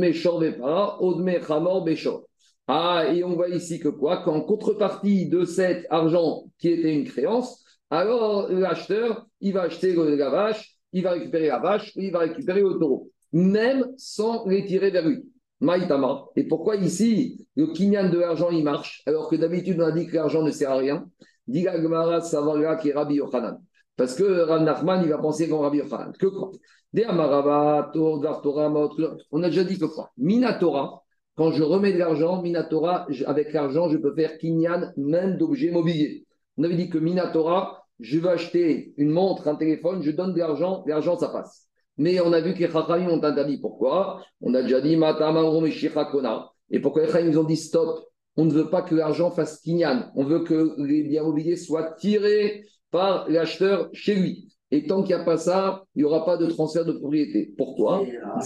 on voit ici que quoi? Qu'en contrepartie de cet argent qui était une créance, alors l'acheteur, il va acheter la vache, il va récupérer la vache, il va récupérer le taureau, même sans les tirer vers lui. Maïtama. Et pourquoi ici, le kinyan de l'argent, il marche, alors que d'habitude, on a dit que l'argent ne sert à rien? Dit la Gemara, Savara, qui est Rabbi Yochanan. Parce que Rav Nachman, il va penser comme Rabbi Yochanan. Que quoi? On a déjà dit que quoi? Minatora, quand je remets de l'argent, Minatora, avec l'argent, je peux faire kinyan même d'objets mobiliers. On avait dit que Minatora, je veux acheter une montre, un téléphone, je donne de l'argent ça passe. Mais on a vu que les Chachamim ont interdit. Pourquoi? On a déjà dit Matamarom et Shirakona. Et pourquoi les Chachamim ont dit stop? On ne veut pas que l'argent fasse kinyan. On veut que les biens mobiliers soient tirés par l'acheteur chez lui. Et tant qu'il n'y a pas ça, il n'y aura pas de transfert de propriété. Pourquoi?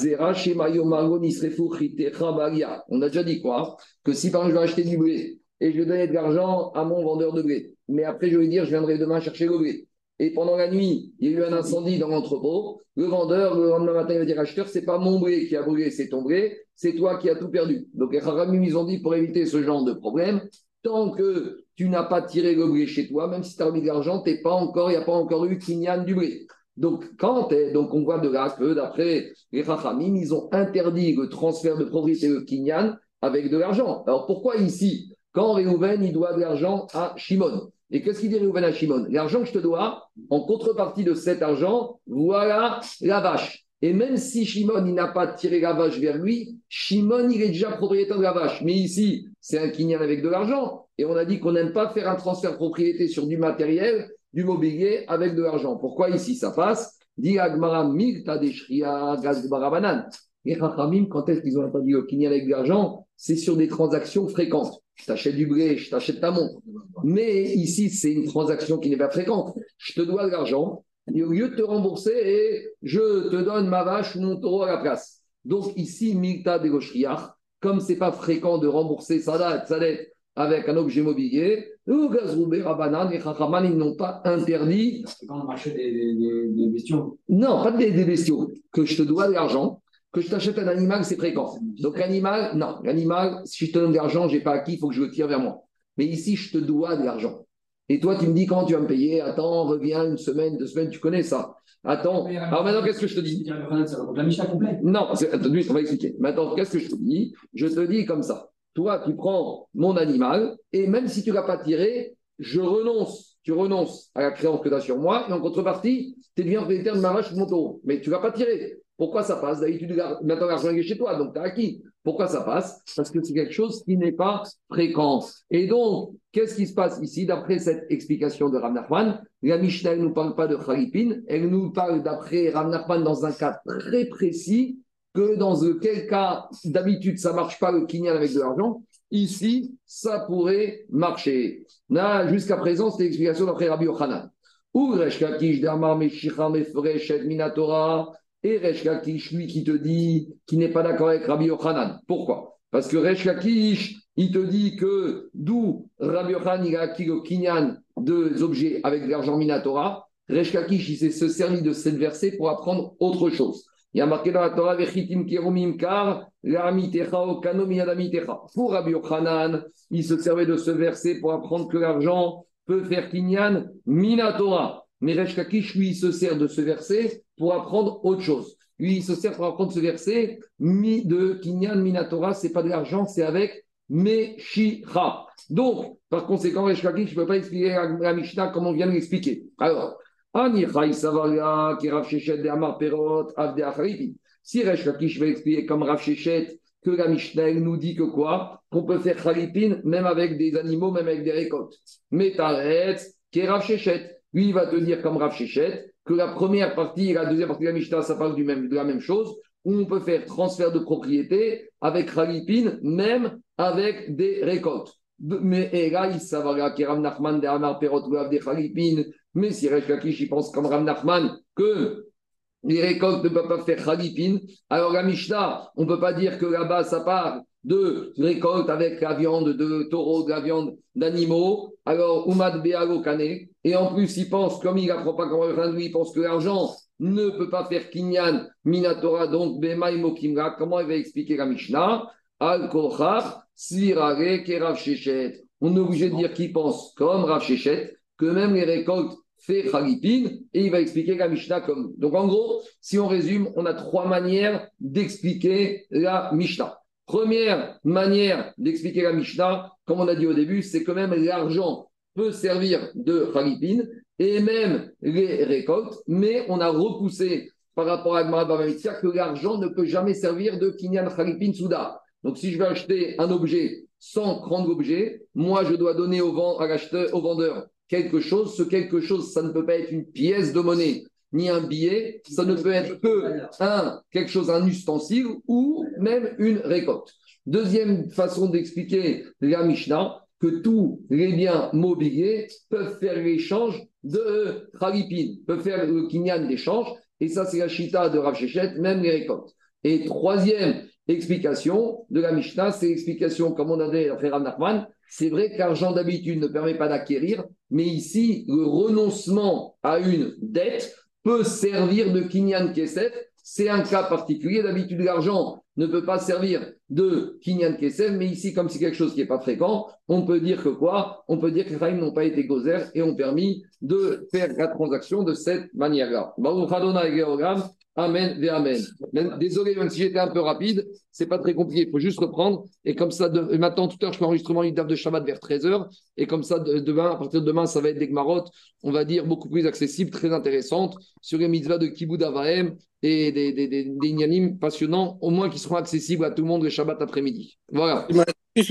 On a déjà dit quoi? Que si par exemple je vais acheter du blé et je vais donner de l'argent à mon vendeur de blé, mais après je vais lui dire je viendrai demain chercher le blé. Et pendant la nuit, il y a eu un incendie dans l'entrepôt. Le vendeur, le lendemain matin, il va dire acheteur, c'est pas mon blé qui a brûlé, c'est ton blé, c'est toi qui as tout perdu. Donc les Kharamim, ils ont dit pour éviter ce genre de problème, tant que tu n'as pas tiré le blé chez toi, même si tu as remis de l'argent, il n'y a pas encore eu kinyan du blé. Donc, on voit de là que d'après les Chachamim, ils ont interdit le transfert de propriété de kinyan avec de l'argent. Alors pourquoi ici, quand Réhouven, il doit de l'argent à Shimon? Et qu'est-ce qu'il dit Réhouven à Shimon? L'argent que je te dois, en contrepartie de cet argent, voilà la vache. Et même si Shimon, il n'a pas tiré la vache vers lui, Shimon, il est déjà propriétaire de la vache. Mais ici, c'est un kinyan avec de l'argent. Et on a dit qu'on n'aime pas faire un transfert de propriété sur du matériel, du mobilier avec de l'argent. Pourquoi ici ça passe? Dit Agmara Milta Deshria Gazbarabanan. Les Chachamim, quand est-ce qu'ils ont interdit le kinyan avec de l'argent? C'est sur des transactions fréquentes. Je t'achète du blé, je t'achète ta montre. Mais ici, c'est une transaction qui n'est pas fréquente. Je te dois de l'argent. Et au lieu de te rembourser, je te donne ma vache ou mon taureau à la place. Donc ici, Milta de Goshriach, comme ce n'est pas fréquent de rembourser sa dette avec un objet mobilier, ou Gazroubé, Rabanan, les Chachamim, ils n'ont pas interdit. C'est quand on achète des bestiaux. Non, pas des bestiaux. Que je te dois de l'argent, que je t'achète un animal, c'est fréquent. Donc l'animal, si je te donne de l'argent, je n'ai pas acquis, il faut que je le tire vers moi. Mais ici, je te dois de l'argent. Et toi, tu me dis comment tu vas me payer? Attends, reviens une semaine, 2 semaines, tu connais ça. Attends. Alors maintenant, qu'est-ce que je te dis? La Mishnah complète. Non, attends, on va expliquer. Maintenant, qu'est-ce que je te dis? Je te dis comme ça. Toi, tu prends mon animal et même si tu ne l'as pas tiré, tu renonces à la créance que tu as sur moi et en contrepartie, tu deviens propriétaire de ma vache ou de mon taureau. Mais tu ne l'as pas tiré. Pourquoi ça passe? D'habitude, maintenant, l'argent est chez toi, donc tu as acquis. Pourquoi ça passe? Parce que c'est quelque chose qui n'est pas fréquent. Et donc, qu'est-ce qui se passe ici? D'après cette explication de Rav Nachman, la Mishnah ne nous parle pas de Khalipin, elle nous parle d'après Rav Nachman dans un cas très précis, que dans quel cas d'habitude ça ne marche pas le kinyan avec de l'argent. Ici, ça pourrait marcher. Là, jusqu'à présent, c'était l'explication d'après Rabbi Yochanan. Ou Resh Lakish d'Amar Meshicha Mefresh et Minatora, et Resh Lakish, lui, qui te dit, qui n'est pas d'accord avec Rabbi Yochanan. Pourquoi? Parce que Resh Lakish, il te dit que d'où Rabbi Yochanan, il a acquis le kinyan des objets avec de l'argent Minatora. Resh Lakish, il s'est se servi de cette verset pour apprendre autre chose. Il y a marqué dans la Torah, Vechitim Kerumim Kar, L'amitecha Okano Miyadamitecha. Pour Rabbi Yochanan, il se servait de ce verset pour apprendre que l'argent peut faire kinyan minatora. Mais Resh Lakish, lui, il se sert de ce verset pour apprendre autre chose. Lui, il se sert pour apprendre ce verset de kinyan minatora, c'est pas de l'argent, c'est avec Meshicha. Donc, par conséquent, Resh Lakish ne peut pas expliquer la Mishnah comme on vient de l'expliquer. Alors, si Resh Lakish va expliquer comme Rav Shechet que la Mishnah nous dit que quoi? Qu'on peut faire Khalipin même avec des animaux, même avec des récoltes. Mais Taretz, qui est Rav Shechet, lui, il va te dire comme Rav Shechet que la première partie et la deuxième partie de la Mishnah, ça parle de la même chose, où on peut faire transfert de propriété avec Khalipin, même avec des récoltes. Mais là, il s'avère que Rav Nachman de Amar Perot ou des Khalipin. Mais si Resh Lakish, il pense comme Rav Nachman que les récoltes ne peuvent pas faire Khalipin, alors la Mishnah, on ne peut pas dire que là-bas, ça parle de récolte avec la viande de taureau, de la viande d'animaux. Alors, Umad Bealo Kane. Et en plus, il pense, comme il n'apprend pas comme Rav lui, il pense que l'argent ne peut pas faire Kinyan Minatora, donc Bemaï Mokimra. Comment il va expliquer la Mishnah? Al-Kochach, Svirare, Kerav Shechet. On est obligé de dire qu'il pense comme Rav Shechet, que même les récoltes fait Khalipin, et il va expliquer la Mishnah comme nous. Donc en gros, si on résume, on a trois manières d'expliquer la Mishnah. Première manière d'expliquer la Mishnah, comme on a dit au début, c'est que même l'argent peut servir de Khalipin, et même les récoltes, mais on a repoussé par rapport à Gemara Bava Metzia que l'argent ne peut jamais servir de Kinyan Khalipin Souda. Donc si je vais acheter un objet sans prendre l'objet, moi je dois donner au vendeur quelque chose. Ce quelque chose, ça ne peut pas être une pièce de monnaie ni un billet, ça ne peut être que quelque chose, un ustensile ou même une récolte. Deuxième façon d'expliquer la Mishnah, que tous les biens mobiliers peuvent faire l'échange de Khalipin, peuvent faire le kinyan d'échange, et ça c'est la chita de Rav Shechet, même les récoltes. Et troisième explication de la Mishnah, c'est l'explication, comme on avait fait Rav Nachman. C'est vrai que l'argent d'habitude ne permet pas d'acquérir, mais ici, le renoncement à une dette peut servir de Kinyan Kesef. C'est un cas particulier. D'habitude, l'argent ne peut pas servir de Kinyan Kesef, mais ici, comme c'est quelque chose qui n'est pas fréquent, on peut dire que quoi? On peut dire que les Chaim n'ont pas été gozer et ont permis de faire la transaction de cette manière-là. Baruch Adonai Georgam. Amen ve Amen. Désolé, même si j'étais un peu rapide, c'est pas très compliqué. Il faut juste reprendre. Et comme ça, maintenant, tout à l'heure, je fais enregistrement du DAF de Shabbat vers 13h. Et comme ça, demain, à partir de demain, ça va être des Gmarot, on va dire, beaucoup plus accessibles, très intéressantes, sur les mitzvahs de Kibbout Avahem et des Inyanim passionnants, au moins qui seront accessibles à tout le monde le Shabbat après-midi. Voilà.